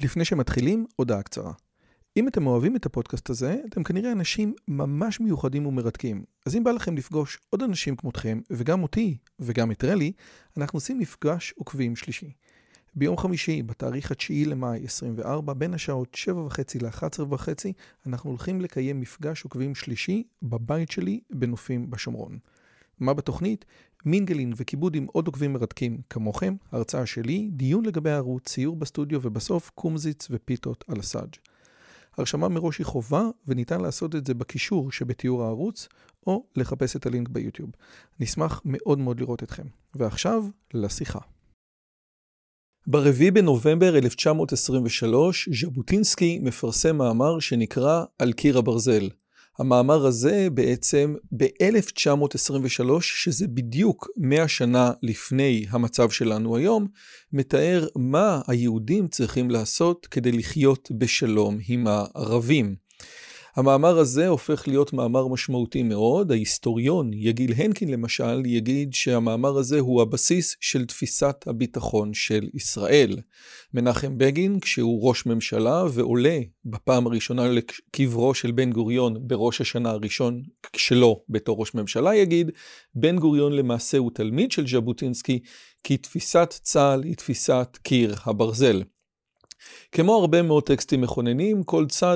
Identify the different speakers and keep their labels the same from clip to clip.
Speaker 1: לפני שמתחילים, הודעה קצרה. אם אתם אוהבים את הפודקאסט הזה, אתם כנראה אנשים ממש מיוחדים ומרתקים. אז אם בא לכם לפגוש עוד אנשים כמותכם, וגם אותי, וגם את רלי, אנחנו עושים מפגש עוקבים שלישי. ביום חמישי, בתאריך 9 למאי 24, בין השעות 7:30 ל-11:30, אנחנו הולכים לקיים מפגש עוקבים שלישי בבית שלי בנופים בשומרון. מה בתוכנית? מינגלין וכיבוד עם עוד עוקבים מרתקים כמוכם, הרצאה שלי, דיון לגבי הערוץ, ציור בסטודיו ובסוף קומזיץ ופיתות על הסאג'. הרשמה מראש היא חובה וניתן לעשות את זה בקישור שבתיאור הערוץ או לחפש את הלינק ביוטיוב. נשמח מאוד מאוד לראות אתכם. ועכשיו לשיחה. ב4 בנובמבר 1923 ז'בוטינסקי מפרסם מאמר שנקרא על קיר הברזל. המאמר הזה בעצם ב-1923, שזה בדיוק 100 שנה לפני המצב שלנו היום, מתאר מה היהודים צריכים לעשות כדי לחיות בשלום עם הערבים. המאמר הזה הופך להיות מאמר משמעותי מאוד. ההיסטוריון יגיל הנקין למשל יגיד שהמאמר הזה הוא הבסיס של תפיסת הביטחון של ישראל. מנחם בגין, כשהוא ראש ממשלה ועולה בפעם הראשונה לקברו של בן גוריון בראש השנה הראשון שלו בתור ראש ממשלה, יגיד, בן גוריון למעשה הוא תלמיד של ז'בוטינסקי, כי תפיסת צה"ל היא תפיסת קיר הברזל. כמו הרבה מאוד טקסטים מכוננים, כל צד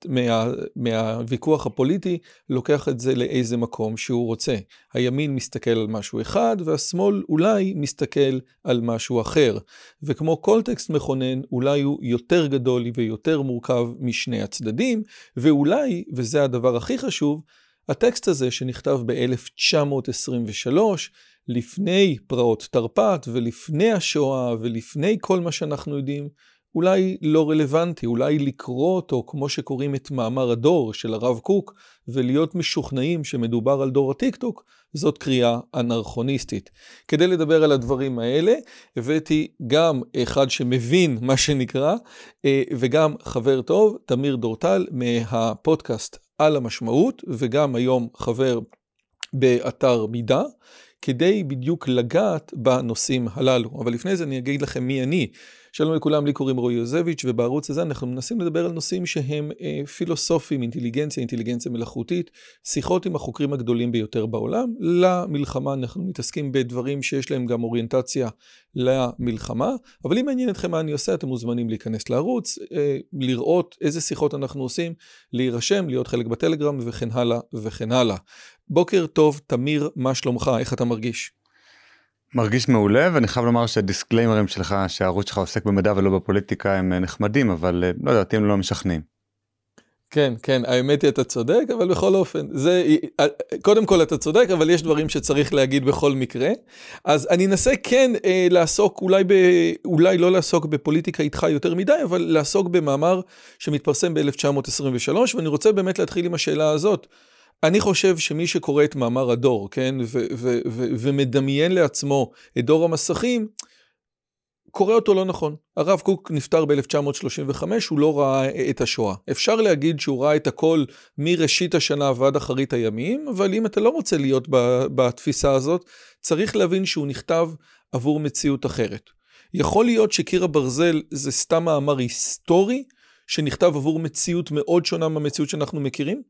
Speaker 1: מהוויכוח הפוליטי לוקח את זה לאיזה מקום שהוא רוצה. הימין מסתכל על משהו אחד, והשמאל אולי מסתכל על משהו אחר. וכמו כל טקסט מכונן, אולי הוא יותר גדול ויותר מורכב משני הצדדים, ואולי, וזה הדבר הכי חשוב, הטקסט הזה שנכתב ב-1923, לפני פרעות תרפ"ט ולפני השואה ולפני כל מה שאנחנו יודעים, אולי לא רלוונטי, אולי לקרוא אותו כמו שקוראים את מאמר הדור של הרב קוק, ולהיות משוכנעים שמדובר על דור הטיקטוק, זאת קריאה אנרכוניסטית. כדי לדבר על הדברים האלה, הבאתי גם אחד שמבין מה שנקרא, וגם חבר טוב, תמיר דורטל, מהפודקאסט על המשמעות, וגם היום חבר באתר מידע, כדי בדיוק לגעת בנושאים הללו. אבל לפני זה אני אגיד לכם מי אני. שלום לכולם, לי קוראים רועי יוזביץ', ובערוץ הזה אנחנו מנסים לדבר על נושאים שהם פילוסופיים, אינטליגנציה מלאכותית, שיחות עם החוקרים הגדולים ביותר בעולם. למלחמה אנחנו מתעסקים בדברים שיש להם גם אוריינטציה למלחמה, אבל אם מעניין אתכם מה אני עושה, אתם מוזמנים להיכנס לערוץ, לראות איזה שיחות אנחנו עושים, להירשם, להיות חלק בטלגרם וכן הלאה וכן הלאה. בוקר טוב, תמיר, מה שלומך? איך אתה מרגיש?
Speaker 2: מרגיש מעולה, ואני חייב לומר שהדיסקליימרים שלך, שהערוץ שלך עוסק במדע ולא בפוליטיקה, הם נחמדים, אבל לא יודעת, הם לא משכנעים.
Speaker 1: כן, כן, האמת היא אתה צודק, אבל בכל אופן, קודם כל אתה צודק, אבל יש דברים שצריך להגיד בכל מקרה. אז אני אנסה כן לעסוק, אולי לא לעסוק בפוליטיקה איתך יותר מדי, אבל לעסוק במאמר שמתפרסם ב-1923, ואני רוצה באמת להתחיל עם השאלה הזאת. אני חושב שמי שקורא את מאמר הדור, כן, ומדמיין לעצמו את דור המסכים, קורא אותו לא נכון. הרב קוק נפטר ב-1935, הוא לא ראה את השואה. אפשר להגיד שהוא ראה את הכל מראשית השנה ועד אחרית הימים, אבל אם אתה לא רוצה להיות בתפיסה הזאת, צריך להבין שהוא נכתב עבור מציאות אחרת. יכול להיות שקיר הברזל זה סתם מאמר היסטורי, שנכתב עבור מציאות מאוד שונה מהמציאות שאנחנו מכירים?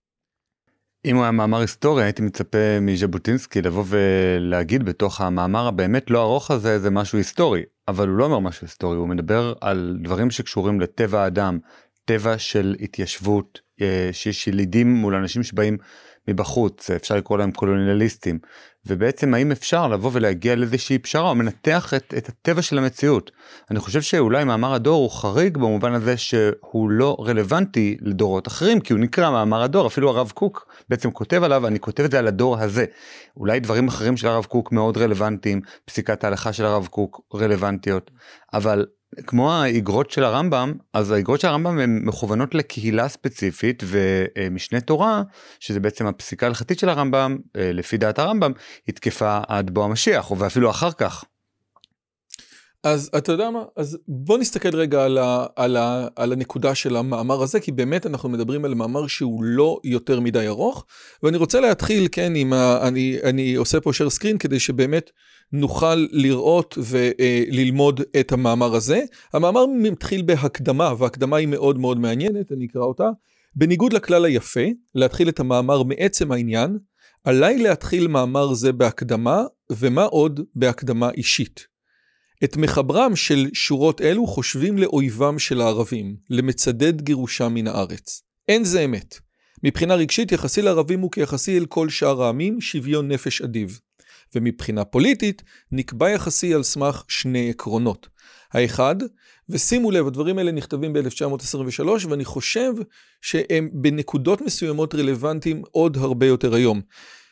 Speaker 2: אם הוא היה מאמר היסטורי, הייתי מצפה מז'בוטינסקי לבוא ולהגיד בתוך המאמר הבאמת לא ארוך הזה, זה משהו היסטורי, אבל הוא לא אומר משהו היסטורי, הוא מדבר על דברים שקשורים לטבע האדם, טבע של התיישבות, שיש ילידים מול אנשים שבאים מבחוץ, אפשר לקרוא להם קולוניאליסטים, ובעצם האם אפשר לבוא ולהגיע לאיזושהי פשרה, או מנתח את הטבע של המציאות. אני חושב שאולי מאמר הדור הוא חריג במובן הזה שהוא לא רלוונטי לדורות אחרים, כי הוא נקרא מאמר הדור, אפילו הרב קוק בעצם כותב עליו, אני כותב את זה על הדור הזה. אולי דברים אחרים של הרב קוק מאוד רלוונטיים, פסיקת ההלכה של הרב קוק רלוונטיות, אבל כמו האגרות של הרמב"ם, אז האגרות של הרמב"ם הן מכוונות לקהילה ספציפית, ומשנה תורה, שזה בעצם הפסיקה ההלכתית של הרמב"ם, לפי דעת הרמב"ם, היא תקפה עד בוא המשיח, ואפילו אחר כך.
Speaker 1: אז אתה יודע מה? אז בוא נסתכל רגע על הנקודה של המאמר הזה, כי באמת אנחנו מדברים על מאמר שהוא לא יותר מדי ארוך, ואני רוצה להתחיל, כן, אני עושה פה share screen כדי שבאמת נוכל לראות וללמוד את המאמר הזה. המאמר מתחיל בהקדמה, וההקדמה היא מאוד מאוד מעניינת, אני אקרא אותה. בניגוד לכלל היפה, להתחיל את המאמר מעצם העניין, עליי להתחיל מאמר זה בהקדמה, ומה עוד בהקדמה אישית. את מחברם של שורות אלו חושבים לאויבם של הערבים, למצדד גירושם מן הארץ. אין זה אמת. מבחינה רגשית יחסי לערבים הוא כיחסי אל כל שאר העמים, שוויון נפש אדיב. ומבחינה פוליטית נקבע יחסי על סמך שני עקרונות. האחד, ושימו לב, הדברים האלה נכתבים ב-1923, ואני חושב שהם בנקודות מסוימות רלוונטיים עוד הרבה יותר היום.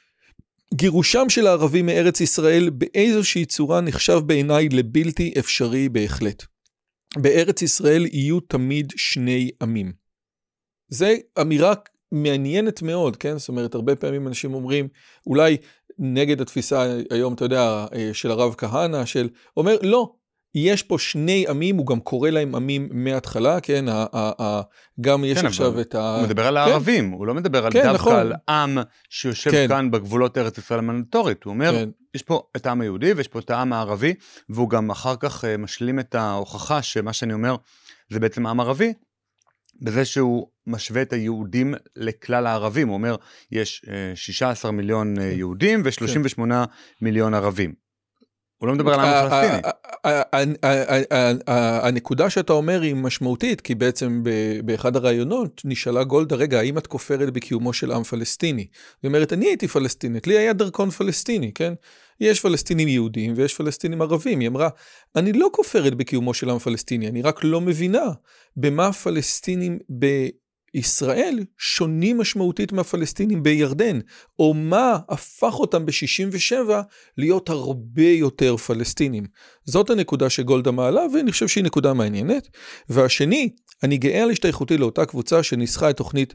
Speaker 1: גירושם של הערבים מארץ ישראל באיזושהי צורה נחשב בעיניי לבלתי אפשרי בהחלט. בארץ ישראל יהיו תמיד שני עמים. זה אמירה מעניינת מאוד, כן? זאת אומרת, הרבה פעמים אנשים אומרים, אולי נגד התפיסה היום, אתה יודע, של הרב כהנא, אומר, לא, יש פה שני עמים, הוא גם קורא להם עמים מההתחלה, כן? גם יש עכשיו את ה...
Speaker 2: הוא מדבר על הערבים, הוא לא מדבר על דווקא על עם שיושב כאן בגבולות ארץ ישראל המנדטורית, הוא אומר, יש פה את העם היהודי ויש פה את העם הערבי, והוא גם אחר כך משלים את ההוכחה שמה שאני אומר, זה בעצם עם ערבי, בזה שהוא משווה את היהודים לכלל הערבים, הוא אומר, יש 16 מיליון יהודים ו38 מיליון ערבים. הוא לא מדבר על העם הפלסטיני.
Speaker 1: הנקודה שאתה אומר היא משמעותית, כי בעצם באחד הרעיונות נשאלה גולדה, רגע, האם את כופרת בקיומו של עם פלסטיני? היא אומרת, אני הייתי פלסטינית, לי היה דרכון פלסטיני, כן? יש פלסטינים יהודים ויש פלסטינים ערבים. היא אמרה, אני לא כופרת בקיומו של עם פלסטיני, אני רק לא מבינה במה פלסטינים ישראל שונים משמעותית מהפלסטינים בירדן, או מה הפך אותם ב-67 להיות הרבה יותר פלסטינים. זאת הנקודה שגולדה מעלה, ואני חושב שהיא נקודה מעניינת. והשני, אני גאה על השתייכותי לאותה קבוצה שניסחה את תוכנית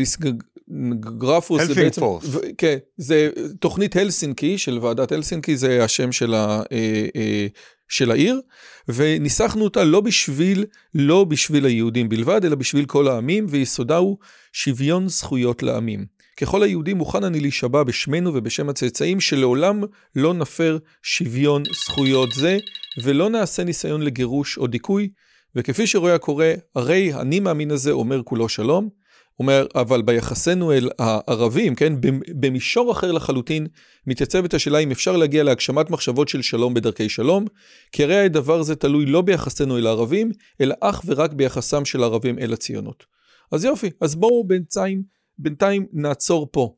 Speaker 1: אליסגרפוס.
Speaker 2: הלסינק פורס.
Speaker 1: כן, זה תוכנית הלסינקי, של ועדת הלסינקי, זה השם של העיר, וניסחנו אותה לא בשביל היהודים בלבד, אלא בשביל כל העמים, ויסודה הוא שוויון זכויות לעמים. ככל היהודים מוכן אני להישבע בשמנו ובשם הצאצאים, שלעולם לא נפר שוויון זכויות זה, ולא נעשה ניסיון לגירוש או דיכוי, וכפי שרואה הקורא, הרי אני מאמין הזה אומר כולו שלום, אומר, אבל ביחסנו אל הערבים, כן, במישור אחר לחלוטין, מתייצבת השאלה אם אפשר להגיע להגשמת מחשבות של שלום בדרכי שלום, כי הרי הדבר זה תלוי לא ביחסנו אל הערבים, אלא אך ורק ביחסם של הערבים אל הציונות. אז יופי, אז בואו בינתיים נעצור פה.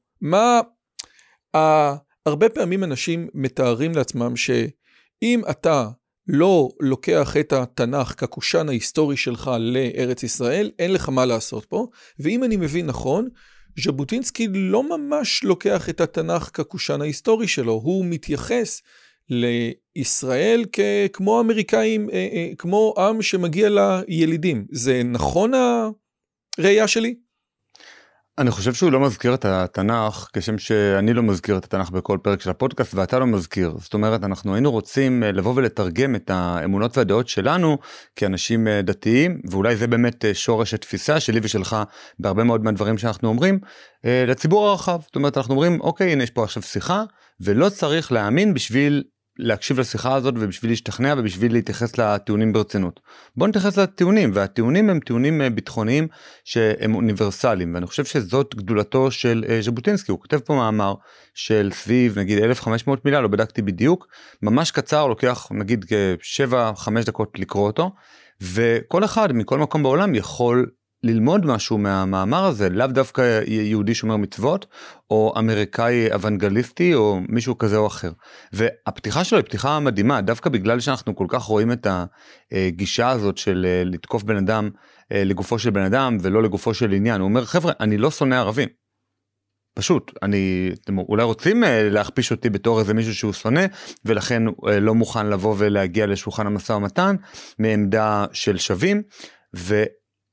Speaker 1: הרבה פעמים אנשים מתארים לעצמם שאם אתה לא לוקח את התנ"ך כקושן ההיסטורי שלך לארץ ישראל, אין לך מה לעשות פה, ואם אני מבין נכון, ז'בוטינסקי לא ממש לוקח את התנ"ך כקושן ההיסטורי שלו, הוא מתייחס לישראל כמו אמריקאים, כמו עם שמגיע לילידים. זה נכון הראייה שלי?
Speaker 2: אני חושב שהוא לא מזכיר את התנ"ך, כשם שאני לא מזכיר את התנ"ך בכל פרק של הפודקאסט, ואתה לא מזכיר. זאת אומרת, אנחנו היינו רוצים לבוא ולתרגם את האמונות והדעות שלנו, כאנשים דתיים, ואולי זה באמת שורש התפיסה שלי ושלך, בהרבה מאוד מהדברים שאנחנו אומרים, לציבור הרחב. זאת אומרת, אנחנו אומרים, אוקיי, הנה יש פה עכשיו שיחה, ולא צריך להאמין בשביל להקשיב לשיחה הזאת ובשביל להשתכנע ובשביל להתייחס לטיעונים ברצינות. בואו נתייחס לטיעונים, והטיעונים הם טיעונים ביטחוניים שהם אוניברסליים, ואני חושב שזאת גדולתו של ז'בוטינסקי. הוא כותב פה מאמר של סביב נגיד 1500 מילה, לא בדקתי בדיוק, ממש קצר, לוקח נגיד כ7-5 דקות לקרוא אותו, וכל אחד מכל מקום בעולם יכול ללמוד משהו מהמאמר הזה, לאו דווקא יהודי שומר מצוות, או אמריקאי אוונגליסטי, או מישהו כזה או אחר. והפתיחה שלו היא פתיחה מדהימה, דווקא בגלל שאנחנו כל כך רואים את הגישה הזאת של לתקוף בן אדם לגופו של בן אדם, ולא לגופו של עניין. הוא אומר, חבר'ה, אני לא שונא ערבים. פשוט, אתם אולי רוצים להכפיש אותי בתור איזה מישהו שהוא שונא, ולכן לא מוכן לבוא ולהגיע לשולחן המשא ומתן, מעמדה של שווים,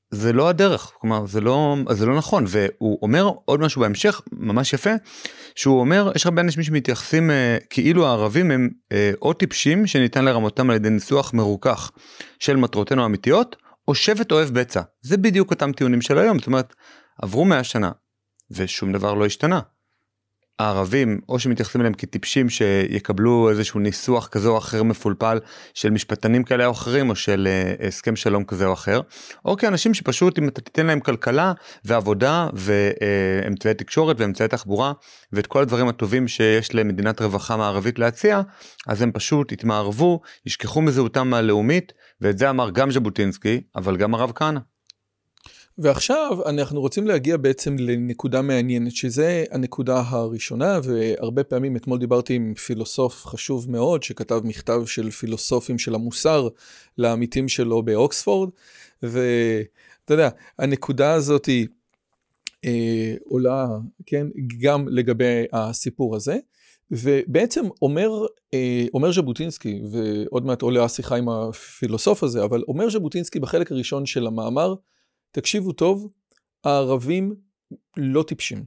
Speaker 2: זה לא הדרך, כלומר זה לא נכון, והוא אומר עוד משהו בהמשך ממש יפה, שהוא אומר יש הרבה אנשים שמתייחסים כאילו הערבים הם או טיפשים שניתן לרמותם על ידי ניסוח מרוכך של מטרותינו האמיתיות, או שבט אוהב בצע. זה בדיוק אותם טיעונים של היום, זאת אומרת עברו 100 שנה ושום דבר לא השתנה. הערבים או שמתייחסים אליהם כטיפשים שיקבלו איזשהו ניסוח כזה או אחר מפולפל של משפטנים כאלה או אחרים או של הסכם שלום כזה או אחר, או כאנשים שפשוט אם אתה תיתן להם כלכלה ועבודה ואמצעי תקשורת ואמצעי תחבורה ואת כל הדברים הטובים שיש למדינת רווחה מערבית להציע, אז הם פשוט יתמערבו, ישכחו מזהותם הלאומית, ואת זה אמר גם ז'בוטינסקי אבל גם הרב כהנא.
Speaker 1: ועכשיו אנחנו רוצים להגיע בעצם לנקודה מעניינת, שזה הנקודה הראשונה, והרבה פעמים אתמול דיברתי עם פילוסוף חשוב מאוד, שכתב מכתב של פילוסופים של המוסר לעמיתים שלו באוקספורד, ואתה יודע, הנקודה הזאת היא עולה, כן, גם לגבי הסיפור הזה, ובעצם אומר ז'בוטינסקי, ועוד מעט עולה השיחה עם הפילוסוף הזה, אבל אומר ז'בוטינסקי בחלק הראשון של המאמר, תקשיבו טוב, הערבים לא טיפשים.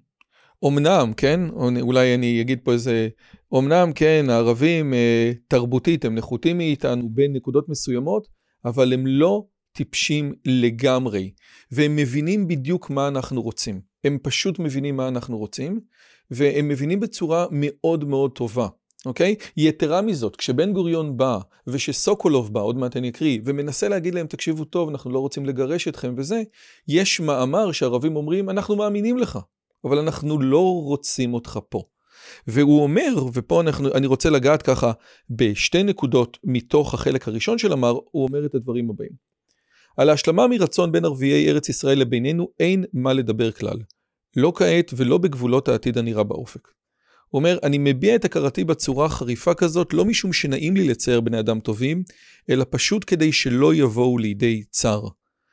Speaker 1: אמנם, כן, אולי אני אגיד פה איזה, אמנם, כן, הערבים תרבותית, הם נחותים מאיתנו בין נקודות מסוימות, אבל הם לא טיפשים לגמרי, והם מבינים בדיוק מה אנחנו רוצים. הם פשוט מבינים מה אנחנו רוצים, והם מבינים בצורה מאוד מאוד טובה. אוקיי? יתרה מזאת, כשבן גוריון בא, ושסוקולוב בא, עוד מעט אני אקריא, ומנסה להגיד להם, תקשיבו טוב, אנחנו לא רוצים לגרש אתכם וזה, יש מאמר שהערבים אומרים, אנחנו מאמינים לך, אבל אנחנו לא רוצים אותך פה. והוא אומר, ופה אני רוצה לגעת ככה, בשתי נקודות מתוך החלק הראשון של המאמר, הוא אומר את הדברים הבאים. על ההשלמה מרצון בין ערביי ארץ ישראל לבינינו, אין מה לדבר כלל. לא כעת ולא בגבולות העתיד הנראה באופק. הוא אומר, אני מביע את הכרתי בצורה חריפה כזאת, לא משום שנעים לי לצייר בני אדם טובים, אלא פשוט כדי שלא יבואו לידי צר.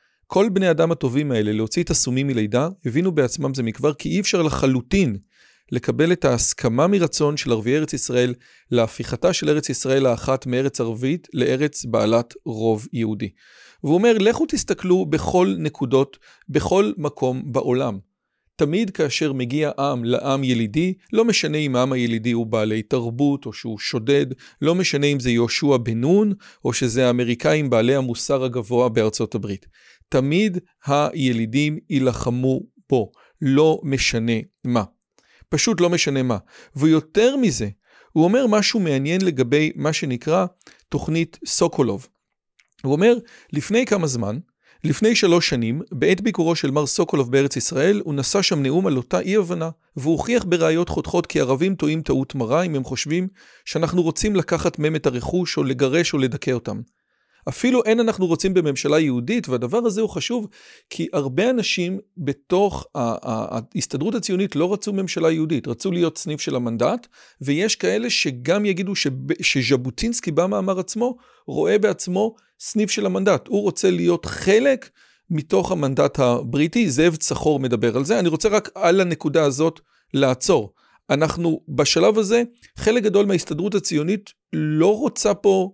Speaker 1: כל בני אדם הטובים האלה, להוציא את הסומים מלידה, הבינו בעצמם זה מכבר, כי אי אפשר לחלוטין לקבל את ההסכמה מרצון של ערבי ארץ ישראל, להפיכתה של ארץ ישראל האחת מארץ ערבית, לארץ בעלת רוב יהודי. והוא אומר, לכו תסתכלו בכל נקודות, בכל מקום בעולם. תמיד כאשר מגיע עם לעם ילידי, לא משנה אם העם הילידי הוא בעלי תרבות או שהוא שודד, לא משנה אם זה יהושע בן נון או שזה האמריקאים בעלי המוסר הגבוה בארצות הברית. תמיד הילידים ילחמו בו, לא משנה מה. פשוט לא משנה מה. ויותר מזה, הוא אומר משהו מעניין לגבי מה שנקרא תוכנית סוקולוב. הוא אומר, לפני כמה זמן, לפני 3 שנים, בעת ביקורו של מר סוקולוב בארץ ישראל, הוא נשא שם נאום על אותה אי הבנה, והוא הוכיח בראיות חותכות כי ערבים טועים טעות מרה אם הם חושבים שאנחנו רוצים לקחת מהם את הרכוש או לגרש או לדכא אותם. אפילו אין אנחנו רוצים בממשלה יהודית, והדבר הזה הוא חשוב, כי הרבה אנשים בתוך ההסתדרות הציונית לא רצו ממשלה יהודית, רצו להיות סניף של המנדט, ויש כאלה שגם יגידו שז'בוטינסקי במאמר עצמו, רואה בעצמו סניף של המנדט, הוא רוצה להיות חלק מתוך המנדט הבריטי, זאב צחור מדבר על זה, אני רוצה רק על הנקודה הזאת לעצור. אנחנו בשלב הזה, חלק גדול מההסתדרות הציונית לא רוצה פה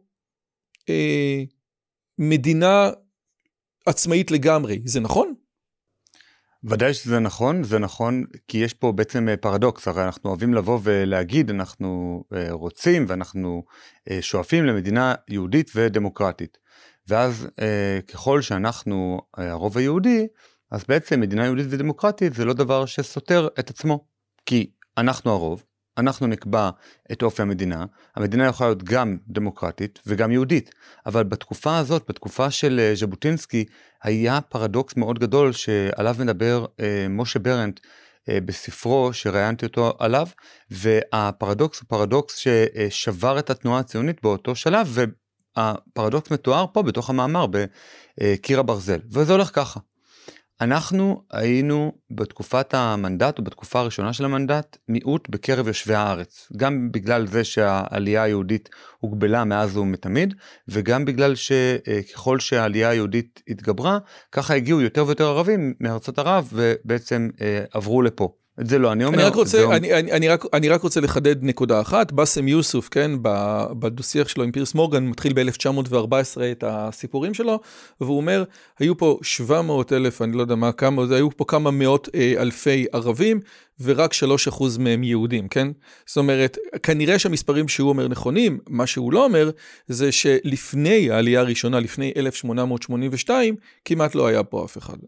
Speaker 1: מדינה עצמאית לגמרי, זה נכון?
Speaker 2: ודאי שזה נכון, זה נכון כי יש פה בעצם פרדוקס, הרי אנחנו אוהבים לבוא ולהגיד, אנחנו רוצים ואנחנו שואפים למדינה יהודית ודמוקרטית, ואז ככל שאנחנו הרוב היהודי, אז בעצם מדינה יהודית ודמוקרטית זה לא דבר שסותר את עצמו, כי אנחנו הרוב, אנחנו נקבע את אופי המדינה, המדינה יכולה להיות גם דמוקרטית וגם יהודית, אבל בתקופה הזאת, בתקופה של ז'בוטינסקי, היה פרדוקס מאוד גדול שעליו מדבר משה ברנט בספרו שראיינתי אותו עליו, והפרדוקס הוא פרדוקס ששבר את התנועה הציונית באותו שלב, והפרדוקס מתואר פה בתוך המאמר בקיר הברזל, וזה הולך ככה. אנחנו היינו בתקופת המנדט, או בתקופה הראשונה של המנדט, מיעוט בקרב יושבי הארץ. גם בגלל זה שהעלייה היהודית הוגבלה מאז ומתמיד, וגם בגלל שככל שהעלייה היהודית התגברה, ככה הגיעו יותר ויותר ערבים מארצות ערב, ובעצם עברו לפה. את זה לא, אני אומר...
Speaker 1: אני רק רוצה לחדד נקודה אחת, בסם יוסוף, כן, בדו-שיח שלו עם פירס מורגן, מתחיל ב-1914 את הסיפורים שלו, והוא אומר, היו פה 700,000, אני לא יודע מה, כמה, היו פה כמה מאות אלפי ערבים, ורק 3% מהם יהודים, כן? זאת אומרת, כנראה שהמספרים שהוא אומר נכונים, מה שהוא לא אומר, זה שלפני העלייה הראשונה, לפני 1882, כמעט לא היה פה אף אחד.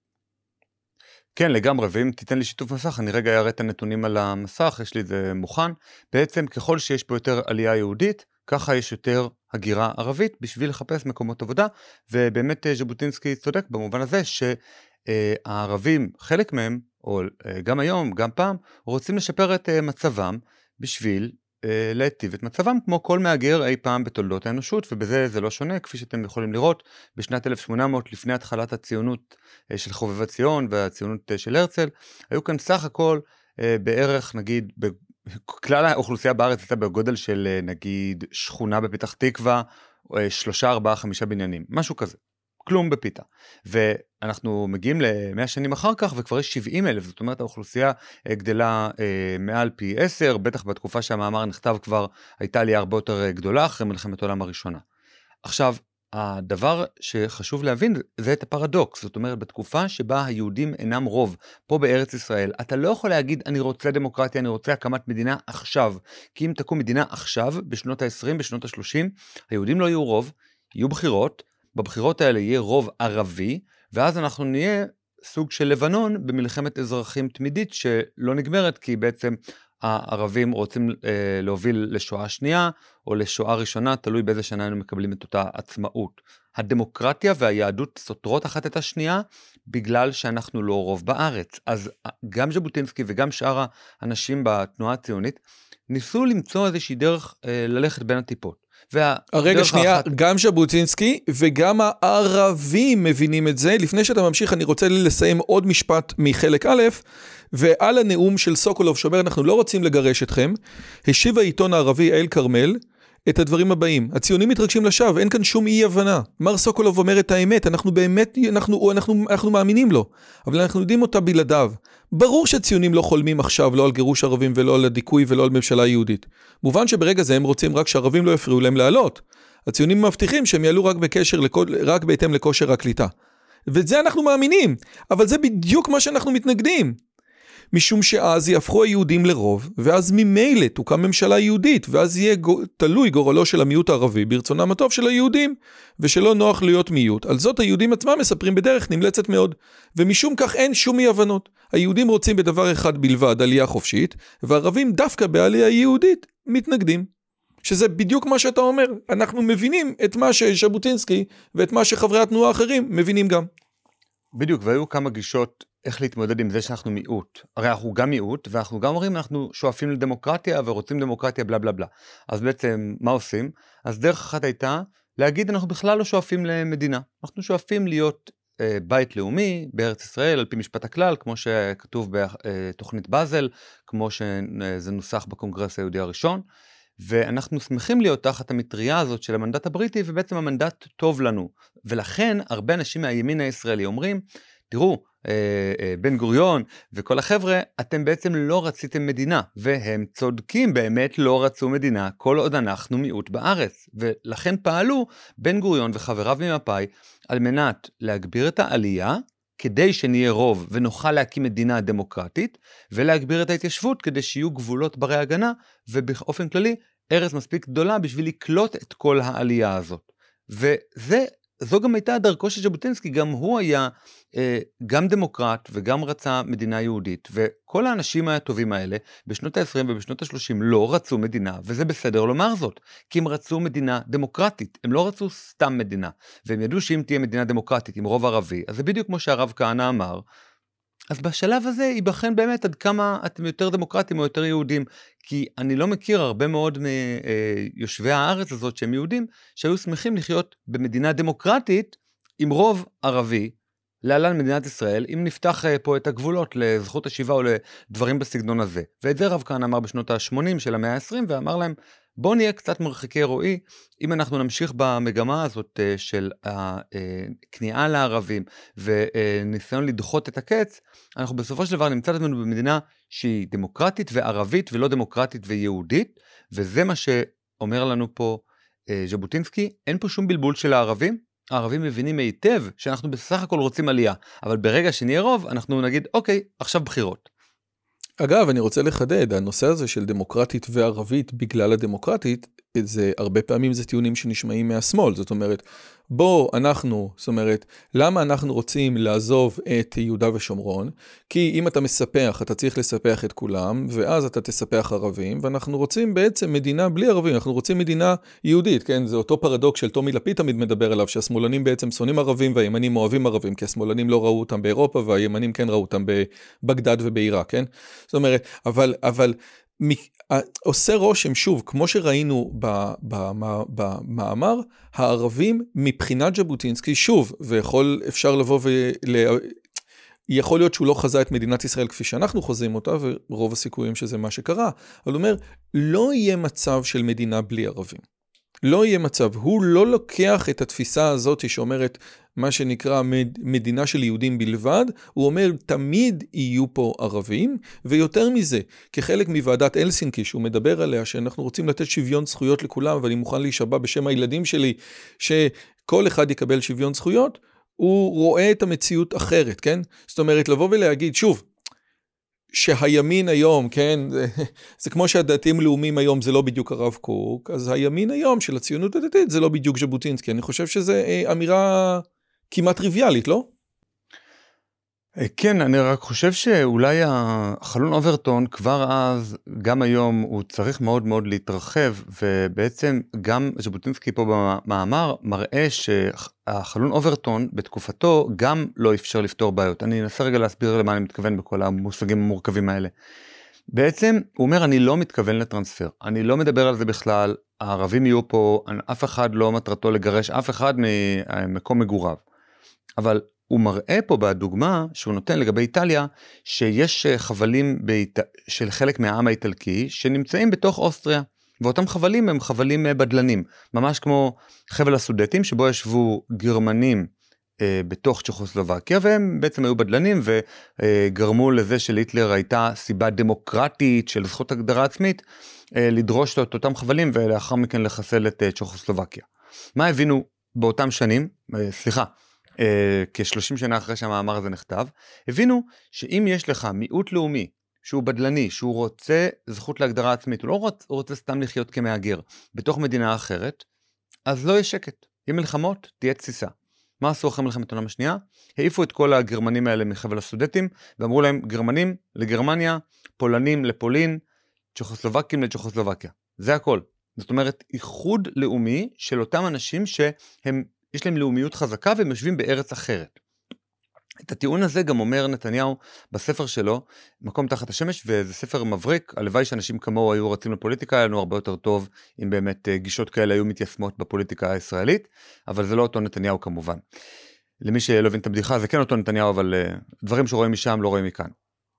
Speaker 2: כן, לגמרי, ואם תיתן לי שיתוף מסך, אני רגע אראה את הנתונים על המסך, יש לי את זה מוכן. בעצם, ככל שיש פה יותר עלייה יהודית, ככה יש יותר הגירה ערבית בשביל לחפש מקומות עבודה, ובאמת ז'בוטינסקי צודק במובן הזה שהערבים, חלק מהם, או גם היום, גם פעם, רוצים לשפר את מצבם בשביל להטיב את מצבם, כמו כל מהגר אי פעם בתולדות האנושות, ובזה זה לא שונה, כפי שאתם יכולים לראות, בשנת 1800, לפני התחלת הציונות של חובבי ציון, והציונות של הרצל, היו כאן סך הכל בערך, נגיד, כלל האוכלוסייה בארץ הייתה בגודל של, נגיד, שכונה בפתח תקווה, 3, 4, 5 בניינים, משהו כזה. כלום בפיתה. ואנחנו מגיעים ל100 שנים אחר כך, וכבר יש 70,000, זאת אומרת, האוכלוסייה גדלה מעל פי 10, בטח בתקופה שהמאמר נכתב כבר, הייתה עלייה הרבה יותר גדולה, אחרי מלחמת העולם הראשונה. עכשיו, הדבר שחשוב להבין, זה את הפרדוקס, זאת אומרת, בתקופה שבה היהודים אינם רוב, פה בארץ ישראל, אתה לא יכול להגיד, אני רוצה דמוקרטיה, אני רוצה הקמת מדינה עכשיו, כי אם תקום מדינה עכשיו, בשנות ה-20, בשנות ה-30, היהודים לא יהיו רוב, יהיו בחירות, בבחירות האלה יהיה רוב ערבי, ואז אנחנו נהיה סוג של לבנון במלחמת אזרחים תמידית שלא נגמרת, כי בעצם הערבים רוצים להוביל לשואה שנייה, או לשואה ראשונה, תלוי באיזה שנה היינו מקבלים את אותה עצמאות. הדמוקרטיה והיהדות סותרות אחת את השנייה, בגלל שאנחנו לא רוב בארץ. אז גם ז'בוטינסקי וגם שאר האנשים בתנועה הציונית, ניסו למצוא איזושהי דרך ללכת בין הטיפות.
Speaker 1: רגע שנייה, גם ז'בוטינסקי וגם הערבים מבינים את זה. לפני שאתה ממשיך, אני רוצה לסיים עוד משפט מחלק א', ועל הנאום של סוקולוב שאומר, אנחנו לא רוצים לגרש אתכם, השיב העיתון הערבי אל כרמל את הדברים הבאים. הציונים מתרגשים לשווא, אין כאן שום אי הבנה. מר סוקולוב אומר את האמת, אנחנו באמת, אנחנו מאמינים לו, אבל אנחנו יודעים אותה בלעדיו. ברור שהציונים לא חולמים עכשיו לא על גירוש ערבים ולא על הדיכוי ולא על ממשלה יהודית. מובן שברגע זה הם רוצים רק שערבים לא יפריעו להם לעלות. הציונים מבטיחים שהם יעלו רק בהתאם לכושר הקליטה. ואת זה אנחנו מאמינים, אבל זה בדיוק מה שאנחנו מתנגדים. משום שאז יהפכו היהודים לרוב, ואז ממילא תוקם ממשלה יהודית, ואז יהיה תלוי גורלו של המיעוט הערבי ברצונם הטוב של היהודים, ושלא נוח להיות מיעוט. על זאת היהודים עצמם מספרים בדרך נמלצת מאוד, ומשום כך אין שום אי הבנות. היהודים רוצים בדבר אחד בלבד, עלייה חופשית, והערבים דווקא בעלייה יהודית מתנגדים. שזה בדיוק מה שאתה אומר. אנחנו מבינים את מה שז'בוטינסקי, ואת מה שחברי התנועה האחרים מבינים גם.
Speaker 2: בדיוק, והיו כמה גישות איך להתמודד עם זה שאנחנו מיעוט. הרי אנחנו גם מיעוט, ואנחנו גם אומרים, אנחנו שואפים לדמוקרטיה, ורוצים דמוקרטיה, בלה בלה בלה. אז בעצם, מה עושים? אז דרך אחת הייתה, להגיד, אנחנו בכלל לא שואפים למדינה. אנחנו שואפים להיות בית לאומי, בארץ ישראל, על פי משפט הכלל, כמו שכתוב בתוכנית בזל, כמו שזה נוסח בקונגרס היהודי הראשון, ואנחנו שמחים להיות תחת המטריה הזאת של המנדט הבריטי, ובעצם המנדט טוב לנו. ולכן, הרבה אנשים מהימין הישראלי אומרים, תראו, בן גוריון וכל החבר'ה, אתם בעצם לא רציתם מדינה, והם צודקים, באמת לא רצו מדינה, כל עוד אנחנו מיעוט בארץ, ולכן פעלו בן גוריון וחבריו ממפאי, על מנת להגביר את העלייה, כדי שנהיה רוב ונוכל להקים מדינה דמוקרטית, ולהגביר את ההתיישבות כדי שיהיו גבולות ברי הגנה, ובאופן כללי, ארץ מספיק גדולה בשביל לקלוט את כל העלייה הזאת. זו גם הייתה דרכו של ז'בוטינסקי, גם הוא היה גם דמוקרט וגם רצה מדינה יהודית, וכל האנשים הטובים האלה בשנות ה-20 ובשנות ה-30 לא רצו מדינה, וזה בסדר לומר זאת, כי הם רצו מדינה דמוקרטית, הם לא רצו סתם מדינה, והם ידעו שאם תהיה מדינה דמוקרטית עם רוב ערבי, אז זה בדיוק כמו שהרב כהנא אמר, אז בשלב הזה ייבחן באמת עד כמה אתם יותר דמוקרטים או יותר יהודים, כי אני לא מכיר הרבה מאוד מיושבי הארץ הזאת שהם יהודים, שהיו שמחים לחיות במדינה דמוקרטית עם רוב ערבי, להלן מדינת ישראל, אם נפתח פה את הגבולות לזכות השיבה או לדברים בסגנון הזה. ואת זה רב כהנא אמר בשנות ה-80 של המאה ה-20, ואמר להם, בואו נהיה קצת מרחיקי רואי, אם אנחנו נמשיך במגמה הזאת של הכניעה לערבים וניסיון לדחות את הקץ, אנחנו בסופו של דבר נמצא את עצמנו במדינה שהיא דמוקרטית וערבית ולא דמוקרטית ויהודית, וזה מה שאומר לנו פה ז'בוטינסקי, אין פה שום בלבול של הערבים, הערבים מבינים היטב שאנחנו בסך הכל רוצים עלייה, אבל ברגע שנהיה רוב אנחנו נגיד אוקיי, עכשיו בחירות.
Speaker 1: אגב, אני רוצה לחדד, הנושא הזה של דמוקרטית וערבית בגלל הדמוקרטית, זה הרבה פעמים זה טיעונים שנשמעים מהשמאל, זאת אומרת, זאת אומרת, למה אנחנו רוצים לעזוב את יהודה ושומרון? כי אם אתה מספח, אתה צריך לספח את כולם, ואז אתה תספח ערבים, ואנחנו רוצים בעצם מדינה בלי ערבים, אנחנו רוצים מדינה יהודית, כן? זה אותו פרדוקס של טומי לפיד תמיד מדבר עליו, שהשמאלנים בעצם שונאים ערבים, והימנים אוהבים ערבים, כי השמאלנים לא ראו אותם באירופה, והימנים כן ראו אותם בבגדד ובעיראק, כן? זאת אומרת, אבל עושה רושם, שוב, כמו שראינו במאמר, הערבים מבחינת ז'בוטינסקי, שוב, אפשר לבוא יכול להיות שהוא לא חזה את מדינת ישראל כפי שאנחנו חוזים אותה, ורוב הסיכויים שזה מה שקרה, אבל הוא אומר, לא יהיה מצב של מדינה בלי ערבים. לא יהיה מצב, הוא לא לוקח את התפיסה הזאת שאומרת מה שנקרא מדינה של יהודים בלבד, הוא אומר תמיד יהיו פה ערבים, ויותר מזה, כחלק מוועדת אלסינקי שהוא מדבר עליה, שאנחנו רוצים לתת שוויון זכויות לכולם, ואני מוכן להישבע בשם הילדים שלי, שכל אחד יקבל שוויון זכויות, הוא רואה את המציאות אחרת, כן? זאת אומרת, לבוא ולהגיד, שוב, שהימין היום, כן, זה כמו שהדתיים לאומיים היום זה לא בדיוק הרב קוק, אז הימין היום של הציונות הדתית זה לא בדיוק ז'בוטינסקי, אני חושב שזה אמירה כמעט טריוויאלית, לא?
Speaker 2: כן, אני רק חושב שאולי החלון אוברטון כבר אז, גם היום, הוא צריך מאוד מאוד להתרחב, ובעצם גם ז'בוטינסקי פה במאמר מראה שהחלון אוברטון בתקופתו גם לא אפשר לפתור בעיות. אני אנסה רגע להסביר למה אני מתכוון בכל המושגים המורכבים האלה. בעצם הוא אומר, אני לא מתכוון לטרנספר, אני לא מדבר על זה בכלל, הערבים יהיו פה, אף אחד לא מטרתו לגרש אף אחד ממקום מגוריו. אבל הוא מראה פה בדוגמה שהוא נותן לגבי איטליה, שיש חבלים של חלק מהעם האיטלקי, שנמצאים בתוך אוסטריה, ואותם חבלים הם חבלים בדלנים, ממש כמו חבל הסודטים, שבו ישבו גרמנים בתוך צ'כוסלובקיה, והם בעצם היו בדלנים, וגרמו לזה שלהיטלר הייתה סיבה דמוקרטית של זכות הגדרה עצמית, לדרוש את אותם חבלים, ולאחר מכן לחסל את צ'כוסלובקיה. מה הבינו באותם שנים? כ-30 שנה אחרי שהמאמר הזה נכתב, הבינו שאם יש לך מיעוט לאומי, שהוא בדלני, שהוא רוצה זכות להגדרה עצמית, הוא לא רוצה סתם לחיות כמהגר, בתוך מדינה אחרת, אז לא יש שקט. אם מלחמות, תהיה תסיסה. מה עשו אחרי מלחמת העולם השנייה? העיפו את כל הגרמנים האלה מחבל הסודטים, ואמרו להם, גרמנים לגרמניה, פולנים לפולין, צ'כוסלובקים לצ'כוסלובקיה. זה הכל. זאת אומרת, איחוד לאומי של אותם אנשים שהם יש להם לאומיות חזקה והם יושבים בארץ אחרת. את הטיעון הזה גם אומר נתניהו בספר שלו, מקום תחת השמש, וזה ספר מבריק, הלוואי שאנשים כמוהו היו רצים לפוליטיקה, היה לנו הרבה יותר טוב אם באמת גישות כאלה היו מתיישמות בפוליטיקה הישראלית, אבל זה לא אותו נתניהו כמובן. למי שלא הבין את הבדיחה, זה כן אותו נתניהו, אבל דברים שרואים משם לא רואים מכאן.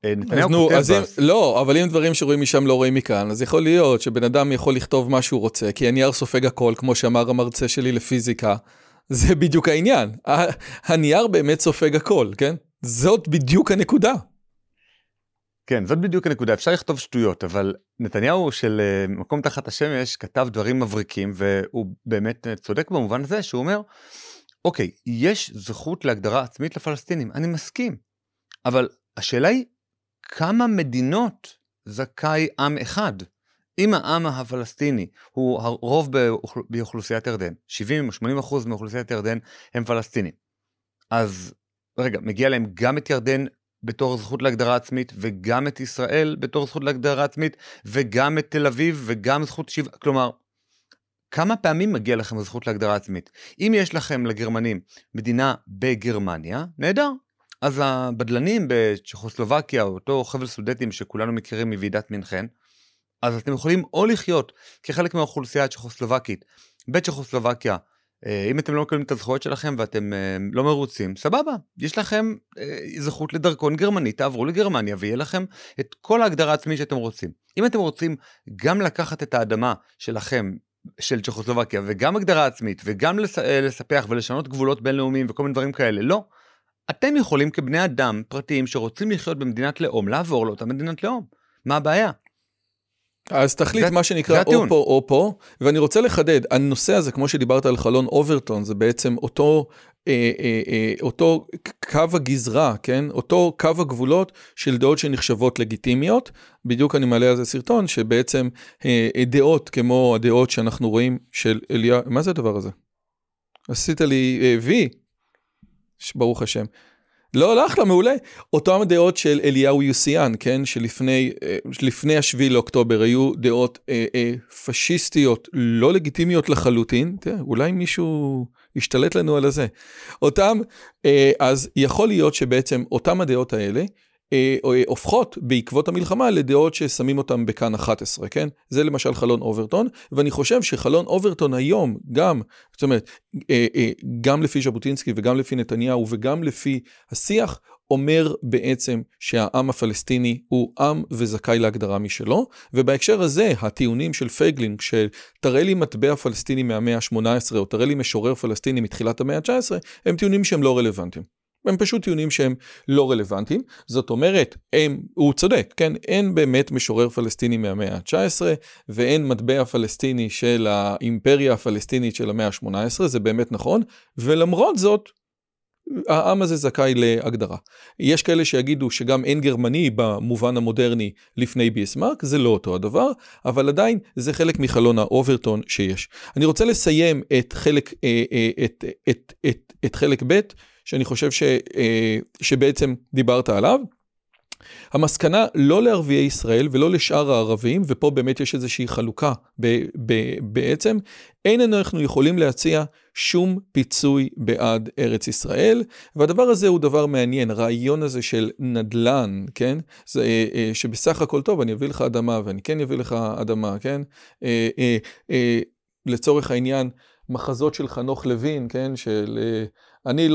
Speaker 1: לא, אבל אם דברים שרואים משם לא רואים מכאן, אז יכול להיות שבן אדם יכול לכתוב מה שהוא רוצה, כי הנייר סופג הכל, כמו שאמר המרצה שלי לפיזיקה, זה בדיוק העניין. הנייר באמת סופג הכל, כן? זאת בדיוק הנקודה.
Speaker 2: כן, זאת בדיוק הנקודה. אפשר לכתוב שטויות, אבל נתניהו של מקום תחת השמש כתב דברים מבריקים, והוא באמת צודק במובן הזה שהוא אומר, אוקיי, יש זכות להגדרה עצמית לפלסטינים, אני מסכים. אבל השאלה היא, כמה מדינות זכאי עם אחד? אם העם הפלסטיני הוא הרוב באוכלוסיית ירדן, 70-80% מאוכלוסיית ירדן הם פלסטינים. אז רגע, מגיע להם גם את ירדן בתור זכות להגדרה עצמית, וגם את ישראל בתור זכות להגדרה עצמית, וגם את תל אביב, וגם זכות כלומר, כמה פעמים מגיע לכם זכות להגדרה עצמית? אם יש לכם לגרמנים מדינה בגרמניה, נהדר. אז הבדלנים בצ'כוסלובקיה, אותו חבל סודטים שכולנו מכירים מוועידת מינכן, אז אתם יכולים או לחיות כחלק מהאוכלוסייה הצ'כוסלובקית בצ'כוסלובקיה אם אתם לא מקבלים את הזכויות שלכם ואתם לא מרוצים, סבבה, יש לכם זכות לדרכון גרמני, תעברו לגרמניה ויהיה לכם את כל ההגדרה העצמית שאתם רוצים. אם אתם רוצים גם לקחת את האדמה שלכם, של צ'כוסלובקיה, וגם הגדרה עצמית, וגם לספח ולשנות גבולות בינלאומיים וכל מיני דברים כאלה, לא. אתם יכולים כבני אדם פרטיים שרוצים לחיות במדינת לאום, לעבור לאותה מדינת לאום. מה הבעיה?
Speaker 1: אז תחליט מה שנקרא או פה או פה, ואני רוצה לחדד, הנושא הזה, כמו שדיברת על חלון אוברטון, זה בעצם אותו קו הגזרה, כן? אותו קו הגבולות של דעות שנחשבות לגיטימיות, בדיוק אני מעלה על זה סרטון, שבעצם דעות כמו הדעות שאנחנו רואים של אליה, מה זה הדבר הזה? עשית לי וי, ברוך השם. לא, הלך לה, מעולה. אותם הדעות של אליהו יוסיאן, כן, שלפני השביעי לאוקטובר היו דעות פשיסטיות, לא לגיטימיות לחלוטין, אולי מישהו ישתלט לנו על זה. אז יכול להיות שבעצם אותם הדעות האלה, הופכות בעקבות המלחמה לדעות ששמים אותם בכאן 11, כן? זה למשל חלון אוברטון, ואני חושב שחלון אוברטון היום, גם, זאת אומרת, גם לפי ז'בוטינסקי וגם לפי נתניהו וגם לפי השיח, אומר בעצם שהעם הפלסטיני הוא עם וזכאי להגדרה משלו, ובהקשר הזה הטיעונים של פייגלין, שתראה לי מטבע פלסטיני מהמאה ה-18 או תראה לי משורר פלסטיני מתחילת המאה ה-19, הם טיעונים שהם לא רלוונטיים. הם פשוט טיעונים שהם לא רלוונטיים, זאת אומרת, הוא צודק, כן? אין באמת משורר פלסטיני מהמאה ה-19, ואין מטבע פלסטיני של האימפריה הפלסטינית של המאה ה-18, זה באמת נכון, ולמרות זאת, העם הזה זכאי להגדרה. יש כאלה שיגידו שגם אין גרמני במובן המודרני לפני ביסמרק, זה לא אותו הדבר, אבל עדיין זה חלק מחלון האוברטון שיש. אני רוצה לסיים את חלק ב' שאני חושב שבעצם דיברת עליו. המסקנה לא לערביי ישראל ולא לשאר הערבים, ופה באמת יש איזושהי חלוקה בעצם, אין אנחנו יכולים להציע שום פיצוי בעד ארץ ישראל, והדבר הזה הוא דבר מעניין, הרעיון הזה של נדל"ן, כן? זה, שבסך הכל טוב, אני אביא לך אדמה, ואני כן אביא לך אדמה, כן? לצורך העניין, מחזות של חנוך לוין, כן? של אני